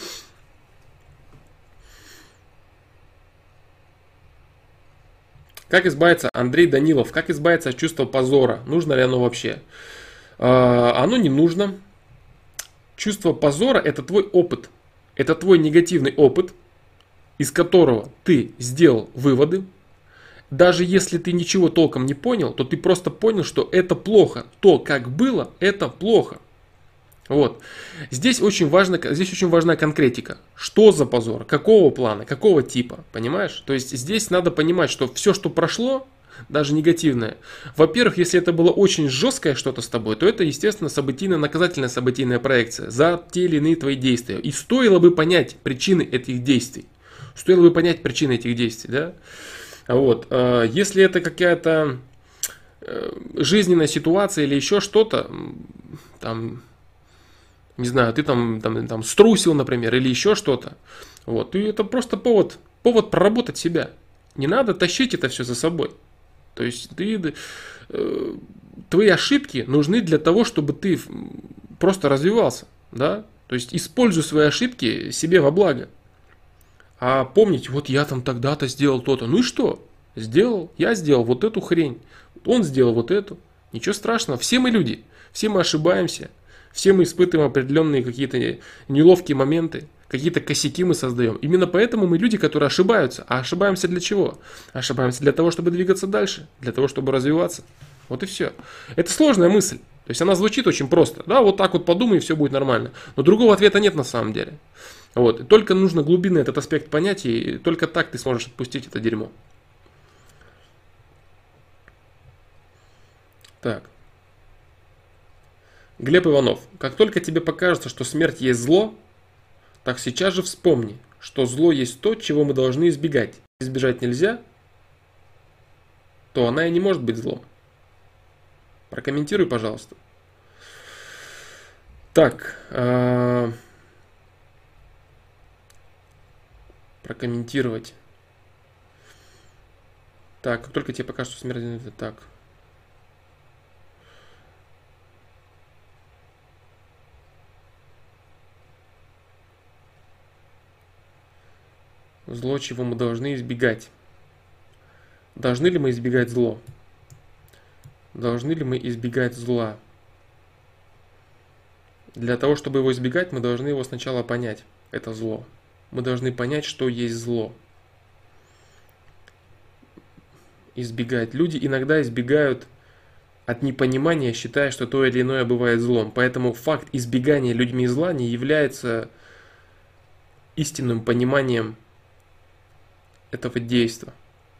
Как избавиться, Андрей Данилов, как избавиться от чувства позора? Нужно ли оно вообще? Оно не нужно. Чувство позора – это твой опыт. Это твой негативный опыт, из которого ты сделал выводы. Даже если ты ничего толком не понял, то ты просто понял, что это плохо. То, как было, это плохо. Вот. Здесь очень важна конкретика. Что за позор? Какого плана? Какого типа? Понимаешь? То есть здесь надо понимать, что все, что прошло, даже негативное, во-первых, если это было очень жесткое что-то с тобой, то это, естественно, наказательная событийная проекция за те или иные твои действия. И стоило бы понять причины этих действий. Стоило бы понять причины этих действий, да? Вот. Если это какая-то жизненная ситуация или еще что-то, там, не знаю, ты там струсил, например, или еще что-то, вот, и это просто повод проработать себя. Не надо тащить это все за собой. То есть твои ошибки нужны для того, чтобы ты просто развивался, да? То есть используй свои ошибки себе во благо. А помните, вот я там тогда-то сделал то-то. Ну и что? Я сделал вот эту хрень. Он сделал вот эту. Ничего страшного. Все мы люди. Все мы ошибаемся. Все мы испытываем определенные какие-то неловкие моменты. Какие-то косяки мы создаем. Именно поэтому мы люди, которые ошибаются. А ошибаемся для чего? Ошибаемся для того, чтобы двигаться дальше. Для того, чтобы развиваться. Вот и все. Это сложная мысль. То есть она звучит очень просто. Да, вот так вот подумай, и все будет нормально. Но другого ответа нет на самом деле. Вот. И только нужно глубинно этот аспект понять, и только так ты сможешь отпустить это дерьмо. Так. Глеб Иванов. Как только тебе покажется, что смерть есть зло, так сейчас же вспомни, что зло есть то, чего мы должны избегать. Если избежать нельзя, то она и не может быть злом. Прокомментируй, пожалуйста. Так. Прокомментировать. Так, как только тебе покажется, что смерть... Так. Зло, чего мы должны избегать. Должны ли мы избегать зло? Должны ли мы избегать зла? Для того, чтобы его избегать, мы должны его сначала понять. Это зло. Мы должны понять, что есть зло. Избегать. Люди иногда избегают от непонимания, считая, что то или иное бывает злом. Поэтому факт избегания людьми зла не является истинным пониманием этого действия.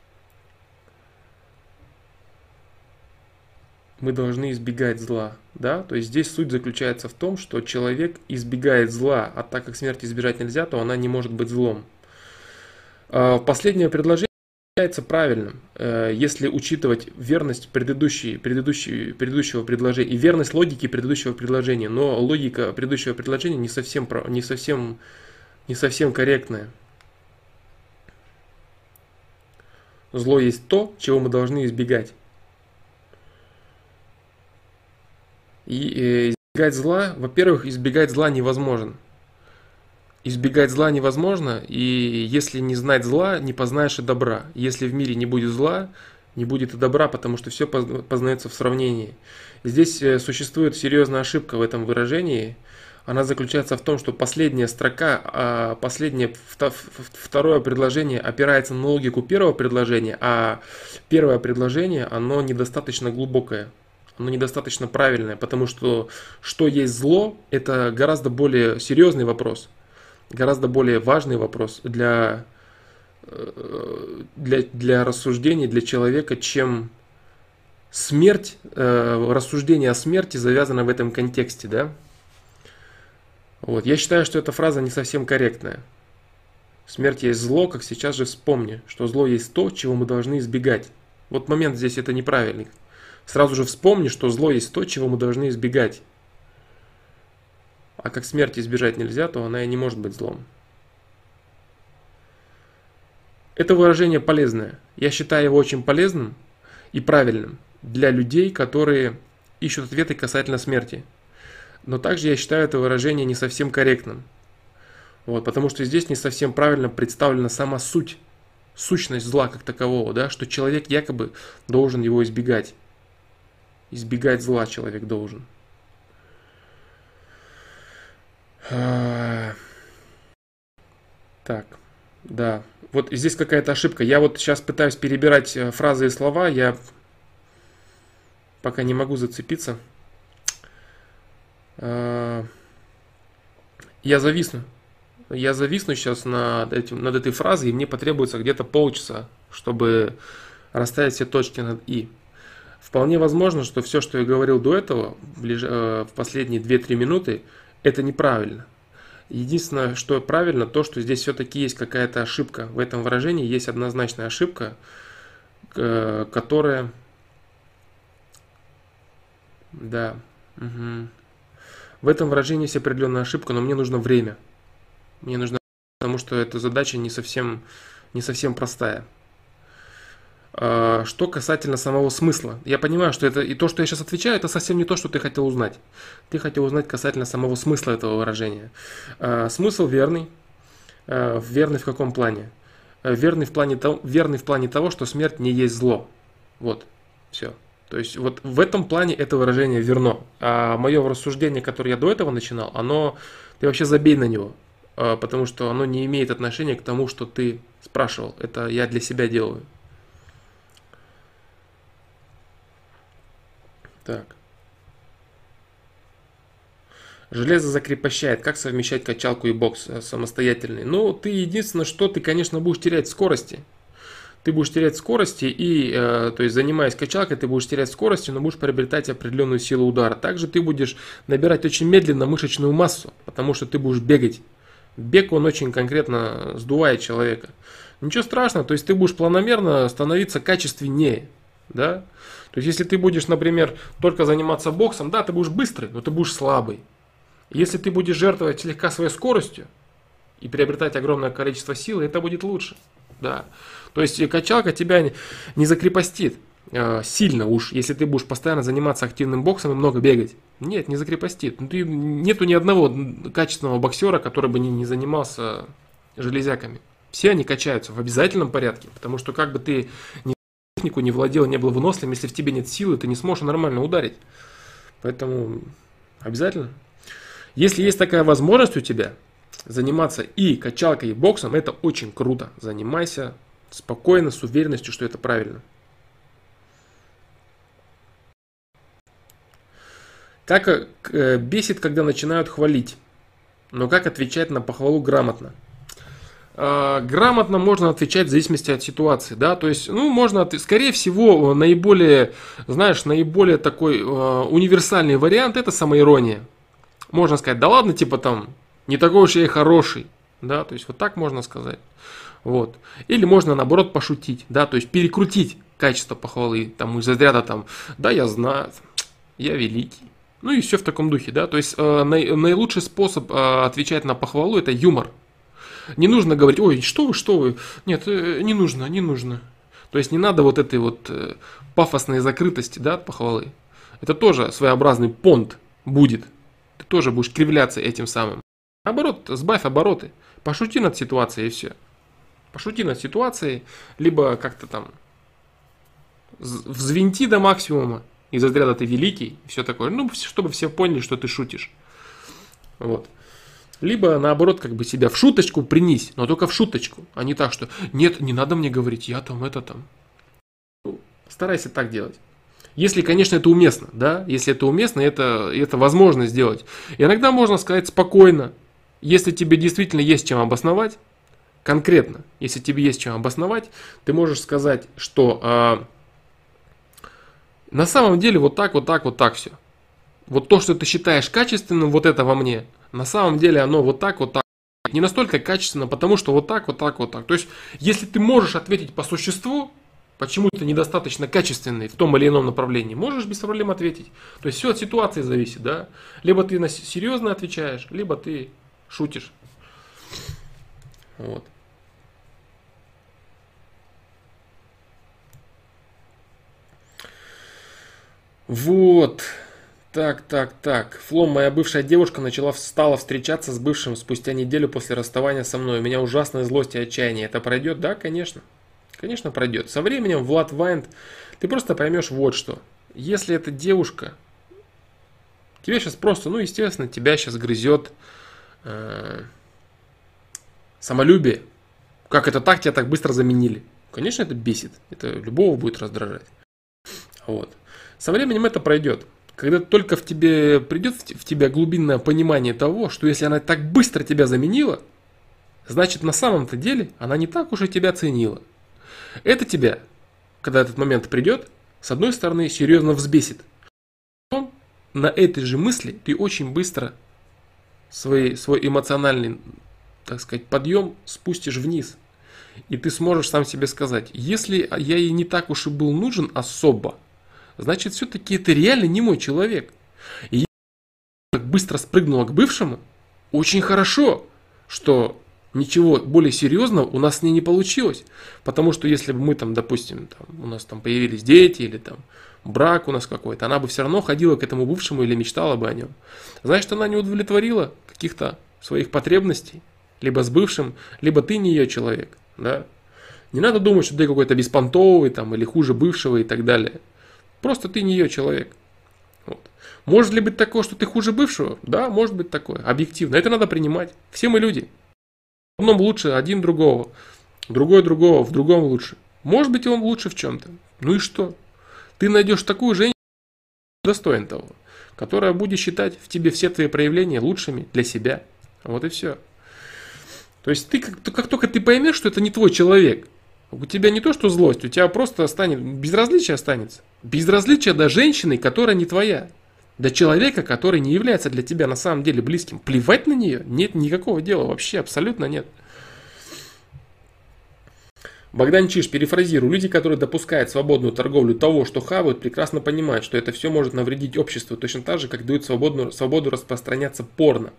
Мы должны избегать зла, да? То есть здесь суть заключается в том, что человек избегает зла, а так как смерть избежать нельзя, то она не может быть злом. Последнее предложение является правильным, если учитывать верность предыдущего предложения и верность логики предыдущего предложения, но логика предыдущего предложения не совсем корректная. Зло есть то, чего мы должны избегать. И избегать зла, во-первых, избегать зла невозможно. Избегать зла невозможно, и если не знать зла, не познаешь и добра. Если в мире не будет зла, не будет и добра, потому что все познается в сравнении. Здесь существует серьезная ошибка в этом выражении. Она заключается в том, что последняя строка, второе предложение опирается на логику первого предложения, а первое предложение, оно недостаточно глубокое. Оно недостаточно правильное, потому что есть зло, это гораздо более серьезный вопрос, гораздо более важный вопрос для рассуждений, для человека, чем смерть, рассуждение о смерти завязано в этом контексте, да? Вот. Я считаю, что эта фраза не совсем корректная. Смерть есть зло, как сейчас же вспомни, что зло есть то, чего мы должны избегать. Вот момент здесь это неправильный. Сразу же вспомни, что зло есть то, чего мы должны избегать. А как смерти избежать нельзя, то она и не может быть злом. Это выражение полезное. Я считаю его очень полезным и правильным для людей, которые ищут ответы касательно смерти. Но также я считаю это выражение не совсем корректным. Вот, потому что здесь не совсем правильно представлена сама сущность зла как такового, да, что человек якобы должен его избегать. Избегать зла человек должен. Так, да. Вот здесь какая-то ошибка. Я вот сейчас пытаюсь перебирать фразы и слова, я пока не могу зацепиться. Я зависну. Я зависну сейчас над этой фразой, и мне потребуется где-то полчаса, чтобы расставить все точки над «и». Вполне возможно, что все, что я говорил до этого, в последние 2-3 минуты, это неправильно. Единственное, что правильно, то, что здесь все-таки есть какая-то ошибка. В этом выражении есть однозначная ошибка, которая... Да. Угу. В этом выражении есть определенная ошибка, но мне нужно время. Мне нужно, потому что эта задача не совсем простая. Что касательно самого смысла. Я понимаю, что это и то, что я сейчас отвечаю, это совсем не то, что ты хотел узнать. Ты хотел узнать касательно самого смысла этого выражения. Смысл верный. Верный в каком плане? Верный в плане того, что смерть не есть зло. Вот, все. То есть вот в этом плане это выражение верно. А мое рассуждение, которое я до этого начинал, ты вообще забей на него. Потому что оно не имеет отношения к тому, что ты спрашивал. Это я для себя делаю. Так. Железо закрепощает. Как совмещать качалку и бокс самостоятельный? Ну, ты единственное, что ты, конечно, будешь терять в скорости. Ты будешь терять в скорости и, то есть, занимаясь качалкой, ты будешь терять в скорости, но будешь приобретать определенную силу удара. Также ты будешь набирать очень медленно мышечную массу, потому что ты будешь бегать. Бег, он очень конкретно сдувает человека. Ничего страшного, то есть ты будешь планомерно становиться качественнее, да? То есть если ты будешь, например, только заниматься боксом, да, ты будешь быстрый, но ты будешь слабый. Если ты будешь жертвовать слегка своей скоростью и приобретать огромное количество силы, это будет лучше, да. То есть качалка тебя не закрепостит сильно уж, если ты будешь постоянно заниматься активным боксом и много бегать. Нет, не закрепостит. Нету ни одного качественного боксера, который бы не занимался железяками. Все они качаются в обязательном порядке, потому что как бы ты ни технику не владел, не был выносливым, если в тебе нет силы, ты не сможешь нормально ударить. Поэтому обязательно. Если есть такая возможность у тебя заниматься и качалкой, и боксом, это очень круто. Занимайся спокойно, с уверенностью, что это правильно. Как бесит, когда начинают хвалить, но как отвечать на похвалу грамотно? Грамотно можно отвечать в зависимости от ситуации, да, то есть, ну, можно, скорее всего, наиболее такой универсальный вариант — это самоирония. Можно сказать, да ладно, типа там, не такой уж я и хороший, да, то есть вот так можно сказать, вот. Или можно, наоборот, пошутить, да, то есть перекрутить качество похвалы, там, из разряда там, да, я знаю, я великий, ну и все в таком духе, да, то есть наилучший способ отвечать на похвалу — это юмор. Не нужно говорить, ой, что вы, нет, не нужно. То есть не надо вот этой вот пафосной закрытости, да, от похвалы. Это тоже своеобразный понт будет. Ты тоже будешь кривляться этим самым. Наоборот, сбавь обороты. Пошути над ситуацией и все. Пошути над ситуацией, либо как-то там взвинти до максимума. Из разряда ты великий, и все такое. Ну, чтобы все поняли, что ты шутишь. Вот. Либо, наоборот, как бы себя в шуточку принись, но только в шуточку, а не так, что нет, не надо мне говорить, я там, это там. Ну, старайся так делать. Если, конечно, это уместно, да, если это уместно, это возможно сделать. Иногда можно сказать спокойно, если тебе действительно есть чем обосновать, конкретно, если тебе есть чем обосновать, ты можешь сказать, что на самом деле вот так все. Вот то, что ты считаешь качественным, вот это во мне, на самом деле оно вот так. Не настолько качественно, потому что вот так. То есть, если ты можешь ответить по существу, почему ты недостаточно качественный в том или ином направлении, можешь без проблем ответить. То есть, все от ситуации зависит, да. Либо ты серьезно отвечаешь, либо ты шутишь. Вот. Вот. Так. Флом, моя бывшая девушка стала встречаться с бывшим спустя неделю после расставания со мной. У меня ужасная злость и отчаяние. Это пройдет? Да, конечно. Конечно, пройдет. Со временем, Влад Вайнд, ты просто поймешь вот что. Если эта девушка, тебя сейчас просто, ну, естественно, тебя сейчас грызет самолюбие. Как это так, тебя так быстро заменили? Конечно, это бесит. Это любого будет раздражать. Вот. Со временем это пройдет. Когда только придет в тебя глубинное понимание того, что если она так быстро тебя заменила, значит на самом-то деле она не так уж и тебя ценила. Это тебя, когда этот момент придет, с одной стороны серьезно взбесит. Потом на этой же мысли ты очень быстро свой эмоциональный, так сказать, подъем спустишь вниз. И ты сможешь сам себе сказать, если я ей не так уж и был нужен особо, значит, все-таки это реально не мой человек. И я так быстро спрыгнула к бывшему, очень хорошо, что ничего более серьезного у нас с ней не получилось. Потому что если бы мы там, допустим, у нас там появились дети или там брак у нас какой-то, она бы все равно ходила к этому бывшему или мечтала бы о нем. Значит, она не удовлетворила каких-то своих потребностей, либо с бывшим, либо ты не ее человек. Да? Не надо думать, что ты какой-то беспонтовый там, или хуже бывшего и так далее. Просто ты не ее человек. Вот. Может ли быть такое, что ты хуже бывшего? Да, может быть такое. Объективно. Это надо принимать. Все мы люди. В одном лучше один другого. Другой другого. В другом лучше. Может быть, он лучше в чем-то. Ну и что? Ты найдешь такую женщину, достоин того, которая будет считать в тебе все твои проявления лучшими для себя. Вот и все. То есть ты, как только ты поймешь, что это не твой человек, у тебя не то что злость, у тебя просто безразличие останется. Безразличие до женщины, которая не твоя. До человека, который не является для тебя на самом деле близким. Плевать на нее? Нет никакого дела, вообще абсолютно нет. Богдан Чиж, перефразирую, люди, которые допускают свободную торговлю того, что хавают, прекрасно понимают, что это все может навредить обществу, точно так же, как дают свободу распространяться порно.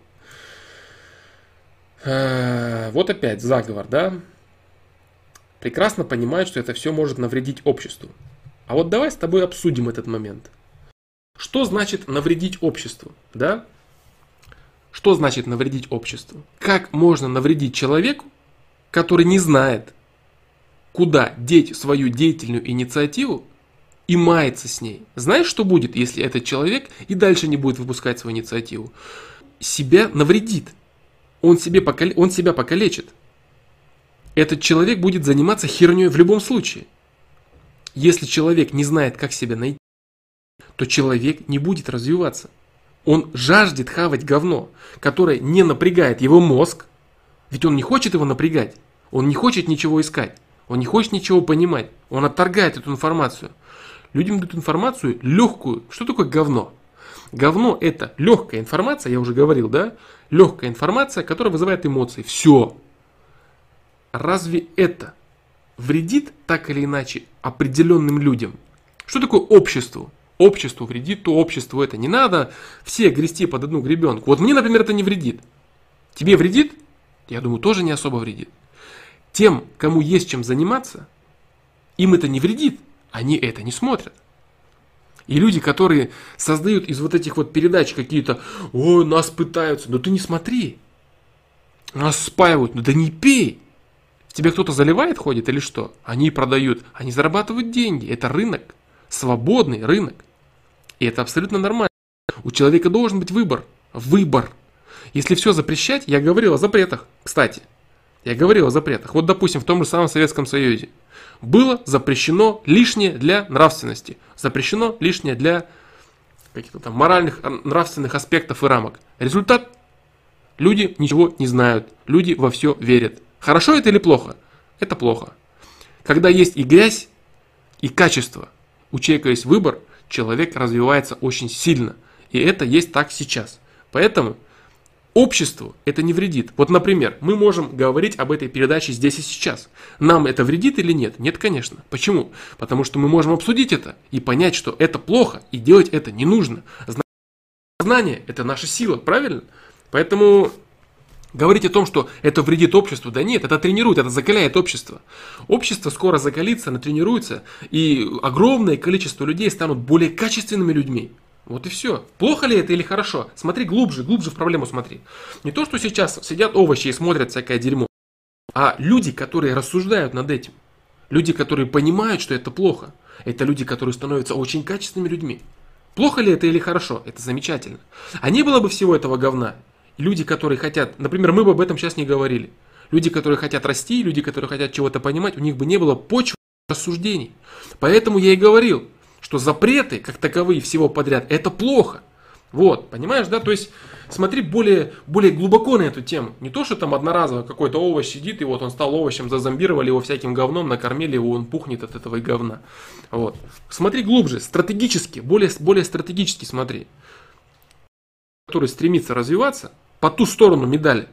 Вот опять заговор, да? Прекрасно понимают, что это все может навредить обществу. А вот давай с тобой обсудим этот момент. Что значит навредить обществу, да? Что значит навредить обществу? Как можно навредить человеку, который не знает, куда деть свою деятельную инициативу и мается с ней. Знаешь, что будет, если этот человек и дальше не будет выпускать свою инициативу? Себя навредит. Он себя покалечит. Этот человек будет заниматься херней в любом случае. Если человек не знает, как себя найти, то человек не будет развиваться. Он жаждет хавать говно, которое не напрягает его мозг. Ведь он не хочет его напрягать. Он не хочет ничего искать. Он не хочет ничего понимать. Он отторгает эту информацию. Людям дают информацию легкую. Что такое говно? Говно — это легкая информация, я уже говорил, да? Легкая информация, которая вызывает эмоции. Все. Разве это вредит так или иначе определенным людям? Что такое обществу? Обществу вредит, то обществу это. Не надо все грести под одну гребенку. Вот мне, например, это не вредит. Тебе вредит? Я думаю, тоже не особо вредит. Тем, кому есть чем заниматься, им это не вредит. Они это не смотрят. И люди, которые создают из вот этих вот передач какие-то: ой, нас пытаются. Ну ты не смотри. Нас спаивают. Ну да не пей. В тебя кто-то заливает, ходит или что? Они продают. Они зарабатывают деньги. Это рынок. Свободный рынок. И это абсолютно нормально. У человека должен быть выбор. Выбор. Если все запрещать, я говорил о запретах. Кстати, я говорил о запретах. Вот, допустим, в том же самом Советском Союзе было запрещено лишнее для нравственности. Запрещено лишнее для каких-то там моральных, нравственных аспектов и рамок. Результат: люди ничего не знают. Люди во все верят. Хорошо это или плохо? Это плохо. Когда есть и грязь, и качество, у человека есть выбор, человек развивается очень сильно. И это есть так сейчас. Поэтому обществу это не вредит. Вот, например, мы можем говорить об этой передаче здесь и сейчас. Нам это вредит или нет? Нет, конечно. Почему? Потому что мы можем обсудить это и понять, что это плохо, и делать это не нужно. Знание – это наша сила, правильно? Поэтому говорить о том, что это вредит обществу, да нет, это тренирует, это закаляет общество. Общество скоро закалится, натренируется, и огромное количество людей станут более качественными людьми. Вот и все. Плохо ли это или хорошо? Смотри глубже в проблему смотри. Не то, что сейчас сидят овощи и смотрят всякое дерьмо, а люди, которые рассуждают над этим. Люди, которые понимают, что это плохо. Это люди, которые становятся очень качественными людьми. Плохо ли это или хорошо? Это замечательно. А не было бы всего этого говна. Люди, которые хотят, например, мы бы об этом сейчас не говорили. Люди, которые хотят расти, люди, которые хотят чего-то понимать, у них бы не было почвы рассуждений. Поэтому я и говорил, что запреты, как таковые, всего подряд, это плохо. Вот, понимаешь, да? То есть, смотри более глубоко на эту тему. Не то, что там одноразово какой-то овощ сидит, и вот он стал овощем, зазомбировали его всяким говном, накормили его, он пухнет от этого и говна. Вот. Смотри глубже, стратегически, более стратегически смотри. Который стремится развиваться, по ту сторону медали,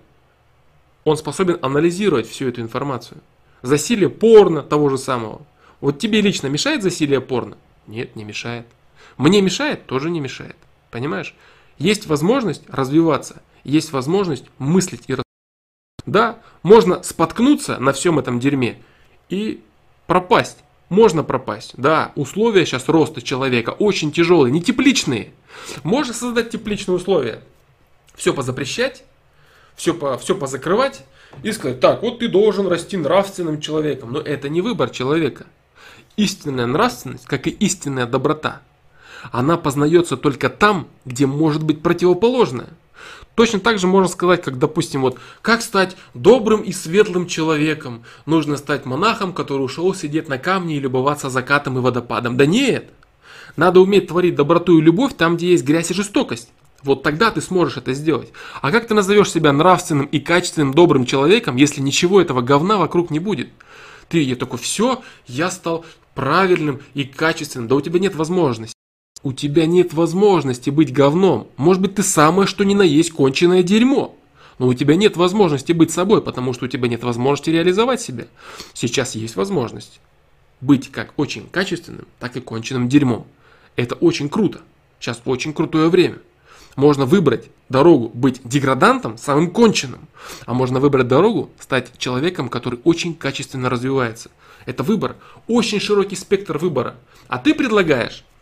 он способен анализировать всю эту информацию. Засилие порно того же самого. Вот тебе лично мешает засилие порно? Нет, не мешает. Мне мешает? Тоже не мешает. Понимаешь? Есть возможность развиваться, есть возможность мыслить и развиваться. Да, можно споткнуться на всем этом дерьме и пропасть. Можно пропасть. Да, условия сейчас роста человека очень тяжелые, не тепличные. Можно создать тепличные условия. Все позапрещать, все позакрывать и сказать: так, вот ты должен расти нравственным человеком. Но это не выбор человека. Истинная нравственность, как и истинная доброта, она познается только там, где может быть противоположная. Точно так же можно сказать, как, допустим, вот, как стать добрым и светлым человеком? Нужно стать монахом, который ушел сидеть на камне и любоваться закатом и водопадом. Да нет! Надо уметь творить доброту и любовь там, где есть грязь и жестокость. Вот тогда ты сможешь это сделать. А как ты назовешь себя нравственным и качественным добрым человеком, если ничего этого говна вокруг не будет? Я такой: все, я стал правильным и качественным. Да у тебя нет возможности. У тебя нет возможности быть говном. Может быть, ты самое что ни на есть конченое дерьмо. Но у тебя нет возможности быть собой, потому что у тебя нет возможности реализовать себя. Сейчас есть возможность быть как очень качественным, так и конченным дерьмом. Это очень круто. Сейчас очень крутое время. Можно выбрать дорогу быть деградантом, самым конченным. А можно выбрать дорогу стать человеком, который очень качественно развивается. Это выбор. Очень широкий спектр выбора. А ты предлагаешь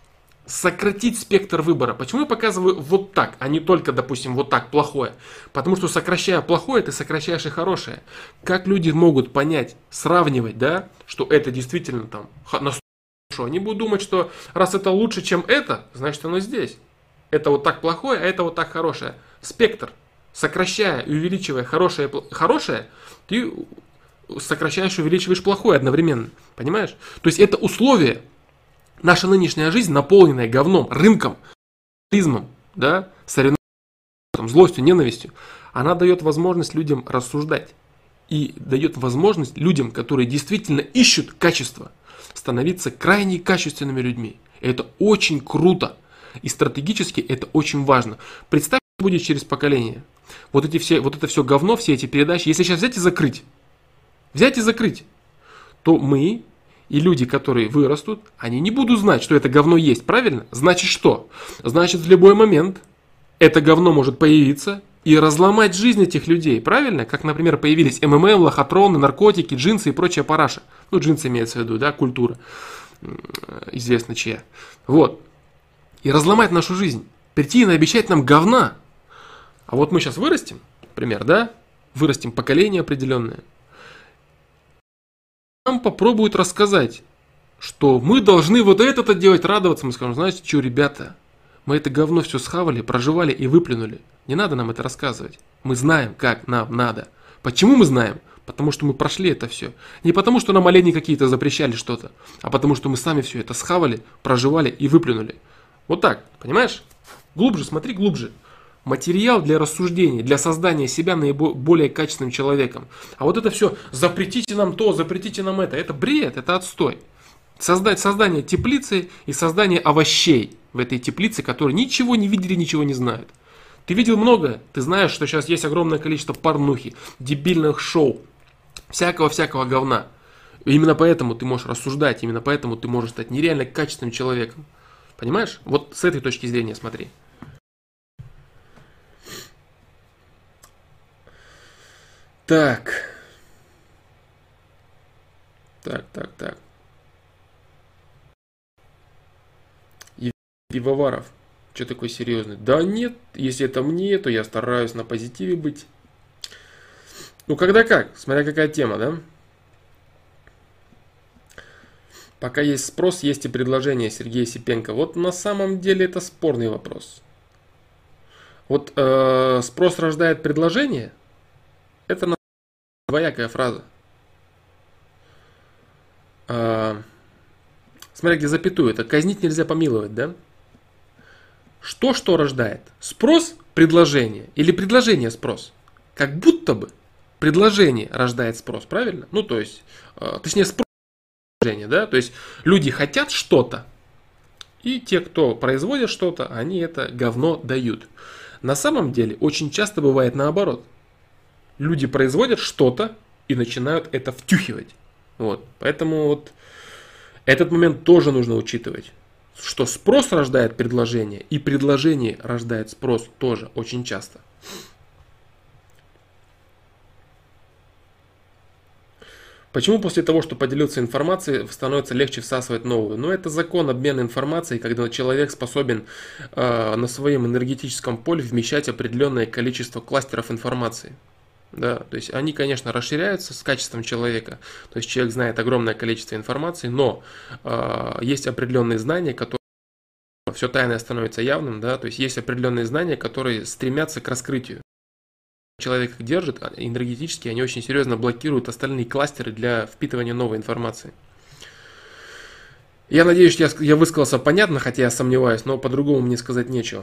сократить спектр выбора. Почему я показываю вот так, а не только, допустим, вот так, плохое? Потому что сокращая плохое, ты сокращаешь и хорошее. Как люди могут понять, сравнивать, да, что это действительно там настолько хорошо? Они будут думать, что раз это лучше, чем это, значит оно здесь. Это вот так плохое, а это вот так хорошее. Спектр, сокращая и увеличивая хорошее, ты сокращаешь и увеличиваешь плохое одновременно. Понимаешь? То есть это условие. Наша нынешняя жизнь, наполненная говном, рынком, капитализмом, да, соревнованием, злостью, ненавистью, она дает возможность людям рассуждать. И дает возможность людям, которые действительно ищут качество, становиться крайне качественными людьми. И это очень круто. И стратегически это очень важно. Представь, что будет через поколение. Вот это все говно, все эти передачи, если сейчас взять и закрыть, то мы и люди, которые вырастут, они не будут знать, что это говно есть, правильно? Значит что? Значит, в любой момент это говно может появиться и разломать жизнь этих людей, правильно? Как, например, появились МММ, лохотроны, наркотики, джинсы и прочая параша. Ну, джинсы имеется в виду, да, культура. Известно чья. Вот. И разломать нашу жизнь. Прийти и наобещать нам говна. А вот мы сейчас вырастем, например, да? Вырастим поколение определенное. Нам попробуют рассказать, что мы должны вот это-то делать, радоваться. Мы скажем, знаете что, ребята, мы это говно все схавали, проживали и выплюнули. Не надо нам это рассказывать. Мы знаем, как нам надо. Почему мы знаем? Потому что мы прошли это все. Не потому, что нам олени какие-то запрещали что-то, а потому, что мы сами все это схавали, проживали и выплюнули. Вот так, понимаешь? Глубже, смотри глубже. Материал для рассуждений, для создания себя наиболее качественным человеком. А вот это все, запретите нам то, запретите нам это бред, это отстой. Создание теплицы и создание овощей в этой теплице, которые ничего не видели, ничего не знают. Ты видел многое, ты знаешь, что сейчас есть огромное количество порнухи, дебильных шоу, всякого говна. И именно поэтому ты можешь рассуждать, именно поэтому ты можешь стать нереально качественным человеком. Понимаешь? Вот с этой точки зрения смотри. Так. Пивоваров. Что такой серьезный? Да нет, если это мне, то я стараюсь на позитиве быть. Ну, когда как, смотря какая тема, да? Пока есть спрос, есть и предложение, Сергей Сипенко. Вот на самом деле это спорный вопрос. Вот спрос рождает предложение. Это двоякая фраза. Смотри, где запятую. Это казнить нельзя помиловать, да? Что рождает? Спрос – предложение. Или предложение – спрос? Как будто бы предложение рождает спрос, правильно? Ну, то есть, точнее, спрос – предложение, да? То есть, люди хотят что-то, и те, кто производят что-то, они это говно дают. На самом деле, очень часто бывает наоборот. Люди производят что-то и начинают это втюхивать. Вот. Поэтому вот этот момент тоже нужно учитывать. Что спрос рождает предложение, и предложение рождает спрос тоже очень часто. Почему после того, что поделился информацией, становится легче всасывать новую? Ну, это закон обмена информацией, когда человек способен на своем энергетическом поле вмещать определенное количество кластеров информации. Да, то есть они, конечно, расширяются с качеством человека. То есть человек знает огромное количество информации, но есть определенные знания, которые все тайное становится явным, да, то есть есть определенные знания, которые стремятся к раскрытию. Человек их держит, а энергетически они очень серьезно блокируют остальные кластеры для впитывания новой информации. Я надеюсь, я высказался понятно, хотя я сомневаюсь, но по-другому мне сказать нечего.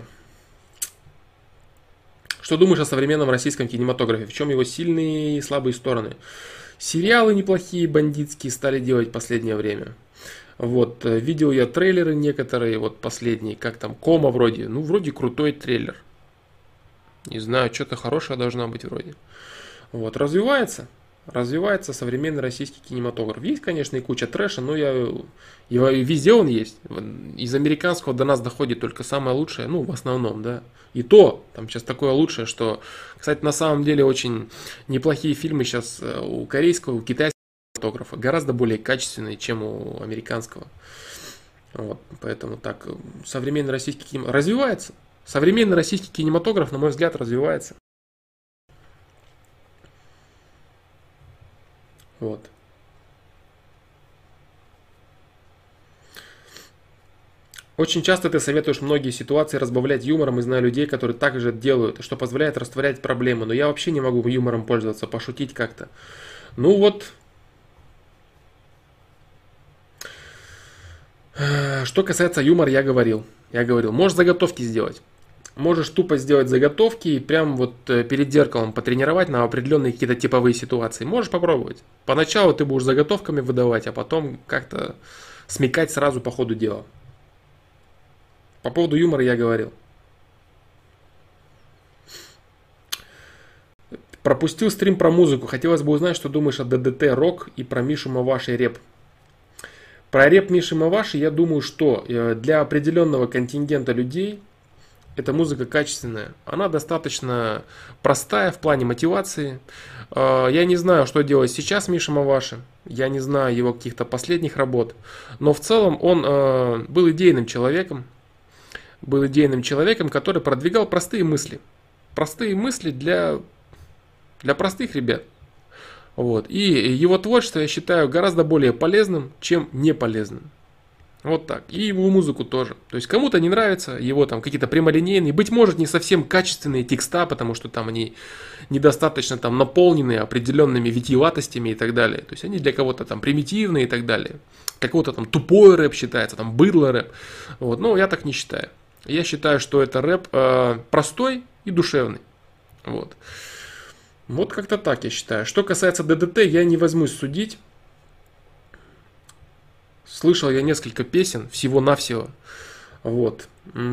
Что думаешь о современном российском кинематографе? В чем его сильные и слабые стороны? Сериалы неплохие, бандитские стали делать в последнее время. Вот, видел я трейлеры некоторые, вот последние, как там, Кома вроде. Ну, вроде крутой трейлер. Не знаю, что-то хорошее должно быть вроде. Вот, развивается современный российский кинематограф. Есть, конечно, и куча трэша, но везде он есть. Из американского до нас доходит только самое лучшее, ну, в основном, да. И то, там сейчас такое лучшее, что, кстати, на самом деле очень неплохие фильмы сейчас у корейского, у китайского кинематографа, гораздо более качественные, чем у американского. Вот, поэтому так, современный российский кинематограф развивается. Современный российский кинематограф, на мой взгляд, развивается. Вот. Очень часто ты советуешь многие ситуации разбавлять юмором, и знаю людей, которые так же делают, что позволяет растворять проблемы. Но я вообще не могу юмором пользоваться, пошутить как-то. Ну вот. Что касается юмора, я говорил. Можешь заготовки сделать. Можешь тупо сделать заготовки и прям вот перед зеркалом потренировать на определенные какие-то типовые ситуации. Можешь попробовать. Поначалу ты будешь заготовками выдавать, а потом как-то смекать сразу по ходу дела. По поводу юмора я говорил. Пропустил стрим про музыку. Хотелось бы узнать, что думаешь о ДДТ Рок и про Мишу Маваши Реп. Про реп Миши Маваши я думаю, что для определенного контингента людей эта музыка качественная. Она достаточно простая в плане мотивации. Я не знаю, что делать сейчас Миша Маваши. Я не знаю его каких-то последних работ. Но в целом он был идейным человеком. Который продвигал простые мысли. Простые мысли для простых ребят. Вот. И его творчество я считаю гораздо более полезным, чем неполезным. Вот так. И его музыку тоже. То есть кому-то не нравятся его там какие-то прямолинейные, быть может не совсем качественные текста, потому что там они недостаточно там наполнены определенными витиеватостями и так далее. То есть они для кого-то там примитивные и так далее. Какого-то там тупой рэп считается, там быдло рэп. Вот. Но я так не считаю. Я считаю, что это рэп простой и душевный. Вот. Вот как-то так я считаю. Что касается ДДТ, я не возьмусь судить. Слышал я несколько песен, всего-навсего. Вот.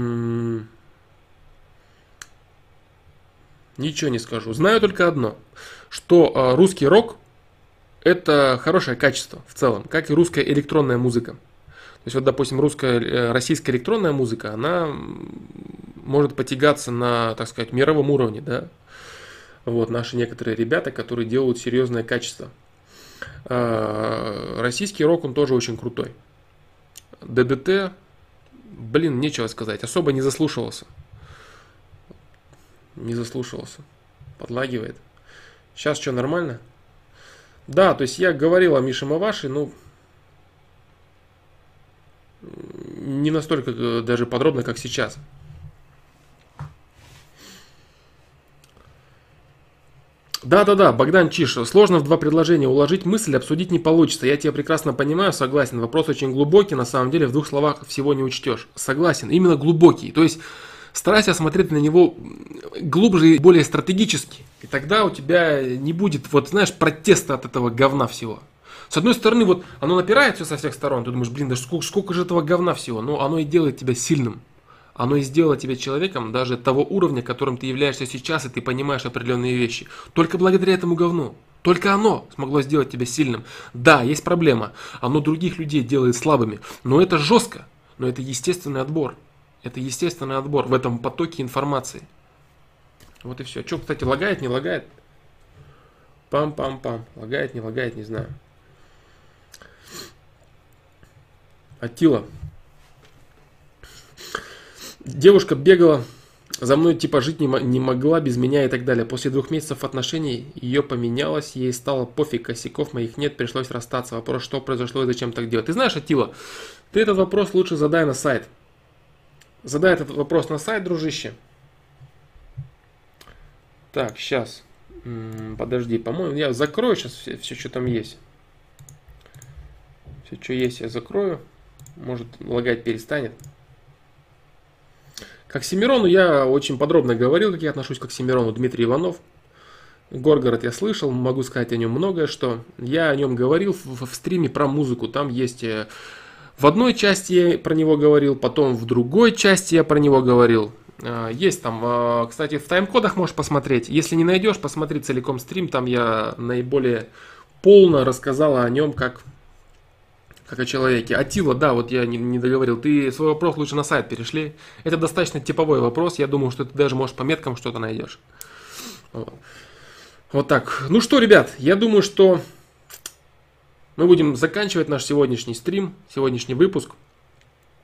Ничего не скажу. Знаю только одно, что русский рок это хорошее качество в целом, как и русская электронная музыка. То есть вот, допустим, российская электронная музыка, она может потягаться на, так сказать, мировом уровне, да. Вот наши некоторые ребята, которые делают серьезное качество. Российский рок, он тоже очень крутой. ДДТ, блин, нечего сказать, особо не заслушивался. Подлагивает. Сейчас что, нормально? Да, то есть я говорил о Мише Маваши, ну, не настолько даже подробно, как сейчас. Да, Богдан Чиш, сложно в два предложения уложить мысль, обсудить не получится. Я тебя прекрасно понимаю, согласен. Вопрос очень глубокий, на самом деле в двух словах всего не учтешь. Согласен, именно глубокий. То есть старайся смотреть на него глубже и более стратегически. И тогда у тебя не будет, вот знаешь, протеста от этого говна всего. С одной стороны, вот оно напирает все со всех сторон. Ты думаешь, блин, да сколько же этого говна всего. Но оно и делает тебя сильным. Оно и сделало тебя человеком даже того уровня, которым ты являешься сейчас, и ты понимаешь определенные вещи. Только благодаря этому говну. Только оно смогло сделать тебя сильным. Да, есть проблема. Оно других людей делает слабыми. Но это жестко. Но это естественный отбор. Это естественный отбор в этом потоке информации. Вот и все. Что, кстати, лагает, не лагает? Пам-пам-пам. Лагает, не знаю. Аттила. Девушка бегала за мной, типа жить не могла без меня и так далее. После 2 месяцев отношений ее поменялось, ей стало пофиг, косяков моих нет, пришлось расстаться. Вопрос, что произошло и зачем так делать. Ты знаешь, Аттила, ты этот вопрос лучше задай на сайт. Задай этот вопрос на сайт, дружище. Так, сейчас. Подожди, по-моему, я закрою сейчас все, что там есть. Все, что есть, я закрою. Может, лагать перестанет. К Оксимирону я очень подробно говорил, как я отношусь к Оксимирону. Дмитрий Иванов. Горгород я слышал, могу сказать о нем многое, что я о нем говорил в стриме про музыку. Там есть в одной части я про него говорил, потом в другой части я про него говорил. Есть там, кстати, в тайм-кодах можешь посмотреть. Если не найдешь, посмотри целиком стрим. Там я наиболее полно рассказал о нем как о человеке. Аттила, да, вот я не договорил. Ты свой вопрос лучше на сайт перешли. Это достаточно типовой вопрос. Я думаю, что ты даже, может, по меткам что-то найдешь. Вот так. Ну что, ребят, я думаю, что мы будем заканчивать наш сегодняшний стрим, сегодняшний выпуск.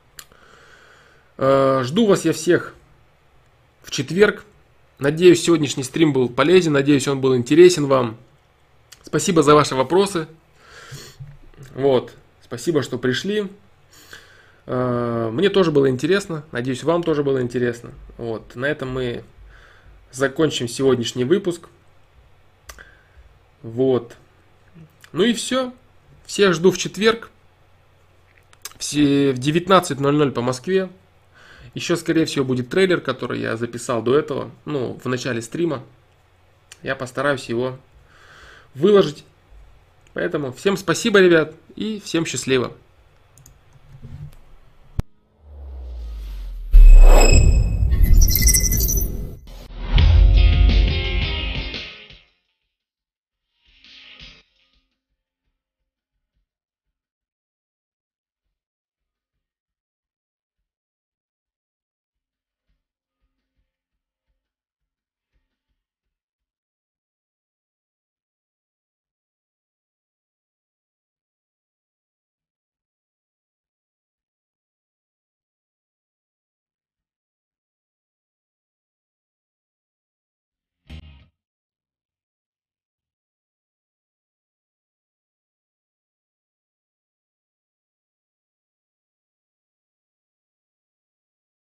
Жду вас я всех в четверг. Надеюсь, сегодняшний стрим был полезен, надеюсь, он был интересен вам. Спасибо за ваши вопросы. Вот, спасибо, что пришли. Мне тоже было интересно, надеюсь, вам тоже было интересно. Вот, на этом мы закончим сегодняшний выпуск. Вот. Ну и все. Всех жду в четверг. В 19:00 по Москве. Еще, скорее всего, будет трейлер, который я записал до этого. Ну, в начале стрима. Я постараюсь его выложить. Поэтому всем спасибо, ребят. И всем счастливо.